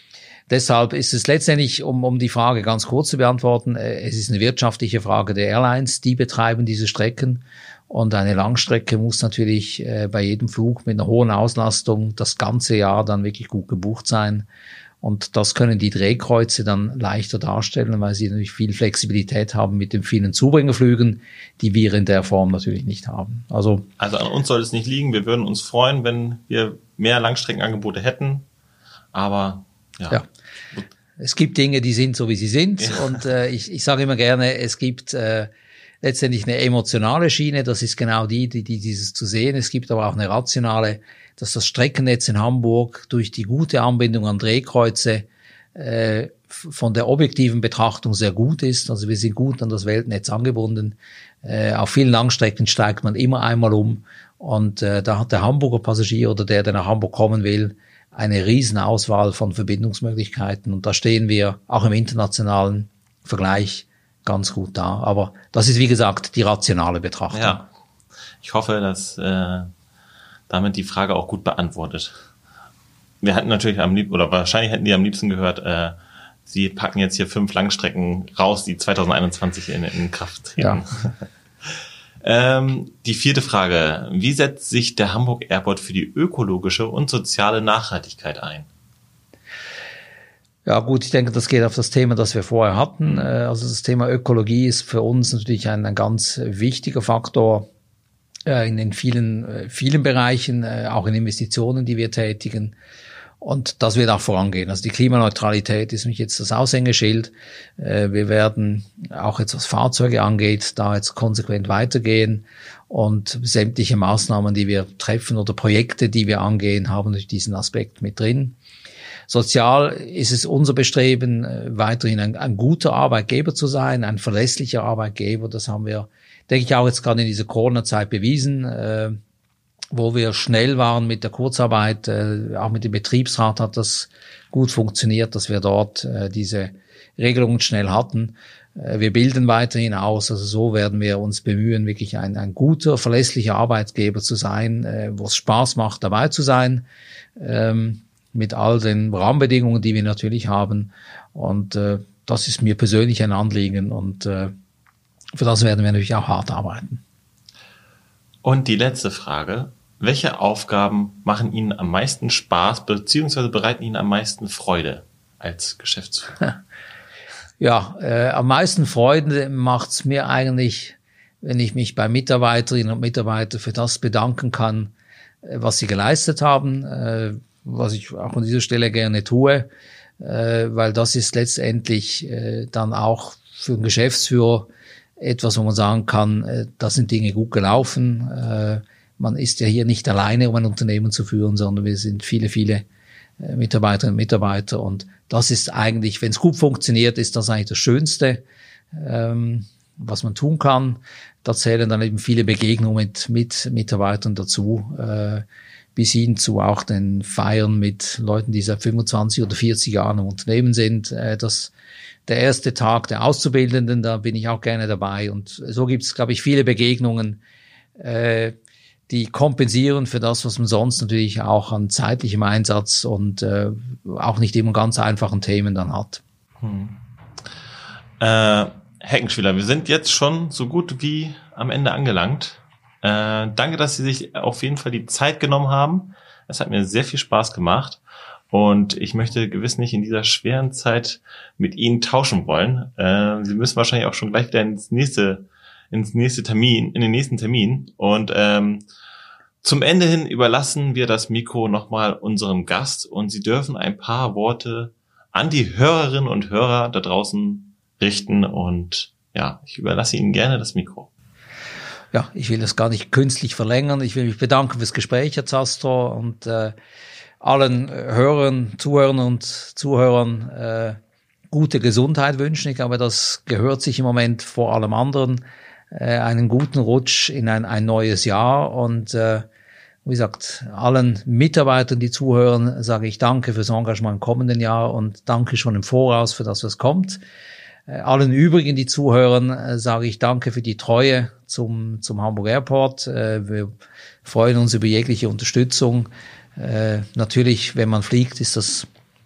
deshalb ist es letztendlich, um, um die Frage ganz kurz zu beantworten, es ist eine wirtschaftliche Frage der Airlines, die betreiben diese Strecken. Und eine Langstrecke muss natürlich äh, bei jedem Flug mit einer hohen Auslastung das ganze Jahr dann wirklich gut gebucht sein. Und das können die Drehkreuze dann leichter darstellen, weil sie natürlich viel Flexibilität haben mit den vielen Zubringerflügen, die wir in der Form natürlich nicht haben. Also,
also an uns soll es nicht liegen. Wir würden uns freuen, wenn wir mehr Langstreckenangebote hätten. Aber ja.
ja. Es gibt Dinge, die sind so, wie sie sind.
Ja.
Und äh, ich, ich sage immer gerne, es gibt äh, letztendlich eine emotionale Schiene, das ist genau die, die, die dieses zu sehen. Es gibt aber auch eine rationale, dass das Streckennetz in Hamburg durch die gute Anbindung an Drehkreuze äh, von der objektiven Betrachtung sehr gut ist. Also wir sind gut an das Weltnetz angebunden. Äh, auf vielen Langstrecken steigt man immer einmal um und äh, da hat der Hamburger Passagier oder der, der nach Hamburg kommen will, eine riesen Auswahl von Verbindungsmöglichkeiten und da stehen wir auch im internationalen Vergleich ganz gut da. Aber das ist, wie gesagt, die rationale Betrachtung.
Ja, ich hoffe, dass äh, damit die Frage auch gut beantwortet. Wir hatten natürlich am liebsten, oder wahrscheinlich hätten die am liebsten gehört, äh, sie packen jetzt hier fünf Langstrecken raus, die zwanzig einundzwanzig in, in Kraft treten.
Ja.
ähm, die vierte Frage. Wie setzt sich der Hamburg Airport für die ökologische und soziale Nachhaltigkeit ein?
Ja gut, ich denke, das geht auf das Thema, das wir vorher hatten. Also das Thema Ökologie ist für uns natürlich ein, ein ganz wichtiger Faktor äh, in den vielen, äh, vielen Bereichen, äh, auch in Investitionen, die wir tätigen. Und das wird auch vorangehen. Also die Klimaneutralität ist nämlich jetzt das Aushängeschild. Äh, wir werden auch jetzt, was Fahrzeuge angeht, da jetzt konsequent weitergehen. Und sämtliche Maßnahmen, die wir treffen oder Projekte, die wir angehen, haben natürlich diesen Aspekt mit drin. Sozial ist es unser Bestreben, weiterhin ein, ein guter Arbeitgeber zu sein, ein verlässlicher Arbeitgeber. Das haben wir, denke ich, auch jetzt gerade in dieser Corona-Zeit bewiesen, äh, wo wir schnell waren mit der Kurzarbeit. Äh, auch mit dem Betriebsrat hat das gut funktioniert, dass wir dort äh, diese Regelungen schnell hatten. Äh, wir bilden weiterhin aus. Also so werden wir uns bemühen, wirklich ein, ein guter, verlässlicher Arbeitgeber zu sein, äh, wo es Spaß macht, dabei zu sein. Ähm, mit all den Rahmenbedingungen, die wir natürlich haben. Und äh, das ist mir persönlich ein Anliegen und äh, für das werden wir natürlich auch hart arbeiten.
Und die letzte Frage. Welche Aufgaben machen Ihnen am meisten Spaß beziehungsweise bereiten Ihnen am meisten Freude als Geschäftsführer?
Ja, äh, am meisten Freude macht's mir eigentlich, wenn ich mich bei Mitarbeiterinnen und Mitarbeitern für das bedanken kann, äh, was sie geleistet haben, äh, was ich auch an dieser Stelle gerne tue, äh, weil das ist letztendlich äh, dann auch für einen Geschäftsführer etwas, wo man sagen kann, äh, das sind Dinge gut gelaufen. Äh, man ist ja hier nicht alleine, um ein Unternehmen zu führen, sondern wir sind viele, viele äh, Mitarbeiterinnen und Mitarbeiter und das ist eigentlich, wenn es gut funktioniert, ist das eigentlich das Schönste, ähm, was man tun kann. Da zählen dann eben viele Begegnungen mit, mit Mitarbeitern dazu, äh, bis hin zu auch den Feiern mit Leuten, die seit fünfundzwanzig oder vierzig Jahren im Unternehmen sind. Das, der erste Tag der Auszubildenden, da bin ich auch gerne dabei. Und so gibt es, glaube ich, viele Begegnungen, äh, die kompensieren für das, was man sonst natürlich auch an zeitlichem Einsatz und äh, auch nicht immer ganz einfachen Themen dann hat.
Hm. Äh, Heckenspieler, wir sind jetzt schon so gut wie am Ende angelangt. Äh, danke, dass Sie sich auf jeden Fall die Zeit genommen haben. Es hat mir sehr viel Spaß gemacht und ich möchte gewiss nicht in dieser schweren Zeit mit Ihnen tauschen wollen. Äh, Sie müssen wahrscheinlich auch schon gleich wieder ins nächste, ins nächste Termin, in den nächsten Termin. Und ähm, zum Ende hin überlassen wir das Mikro nochmal unserem Gast und Sie dürfen ein paar Worte an die Hörerinnen und Hörer da draußen richten und ja, ich überlasse Ihnen gerne das Mikro.
Ja, ich will das gar nicht künstlich verlängern. Ich will mich bedanken fürs Gespräch, Herr Zastor, und äh, allen Hörern, Zuhörern und Zuhörern äh, gute Gesundheit wünschen. Ich glaube, das gehört sich im Moment vor allem anderen. Äh, einen guten Rutsch in ein, ein neues Jahr und äh, wie gesagt, allen Mitarbeitern, die zuhören, sage ich danke fürs Engagement im kommenden Jahr und danke schon im Voraus für das, was kommt. Allen übrigen, die zuhören, sage ich danke für die Treue zum, zum Hamburg Airport. Wir freuen uns über jegliche Unterstützung. Natürlich, wenn man fliegt, ist das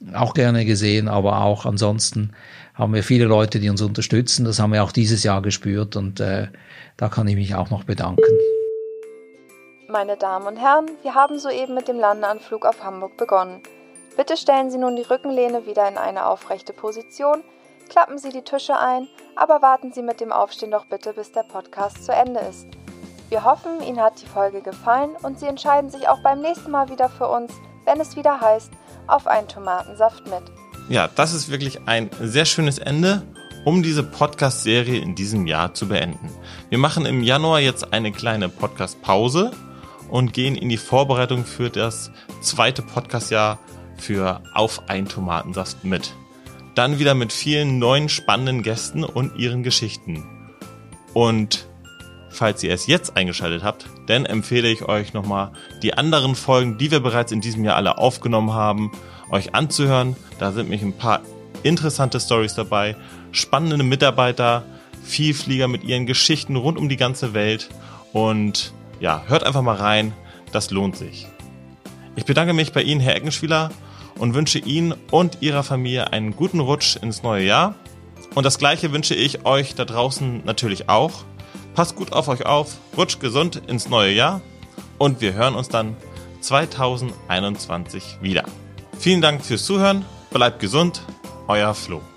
auch gerne gesehen, aber auch ansonsten haben wir viele Leute, die uns unterstützen. Das haben wir auch dieses Jahr gespürt und äh, da kann ich mich auch noch bedanken.
Meine Damen und Herren, wir haben soeben mit dem Landeanflug auf Hamburg begonnen. Bitte stellen Sie nun die Rückenlehne wieder in eine aufrechte Position, klappen Sie die Tische ein, aber warten Sie mit dem Aufstehen doch bitte, bis der Podcast zu Ende ist. Wir hoffen, Ihnen hat die Folge gefallen und Sie entscheiden sich auch beim nächsten Mal wieder für uns, wenn es wieder heißt, auf einen Tomatensaft mit.
Ja, das ist wirklich ein sehr schönes Ende, um diese Podcast-Serie in diesem Jahr zu beenden. Wir machen im Januar jetzt eine kleine Podcast-Pause und gehen in die Vorbereitung für das zweite Podcast-Jahr für Auf einen Tomatensaft mit. Dann wieder mit vielen neuen spannenden Gästen und ihren Geschichten. Und falls ihr es jetzt eingeschaltet habt, dann empfehle ich euch nochmal die anderen Folgen, die wir bereits in diesem Jahr alle aufgenommen haben, euch anzuhören. Da sind nämlich ein paar interessante Storys dabei, spannende Mitarbeiter, Vielflieger mit ihren Geschichten rund um die ganze Welt und ja, hört einfach mal rein, das lohnt sich. Ich bedanke mich bei Ihnen, Herr Eckenschwiler, und wünsche Ihnen und Ihrer Familie einen guten Rutsch ins neue Jahr. Und das Gleiche wünsche ich euch da draußen natürlich auch. Passt gut auf euch auf, rutscht gesund ins neue Jahr und wir hören uns dann zwanzig einundzwanzig wieder. Vielen Dank fürs Zuhören, bleibt gesund, euer Flo.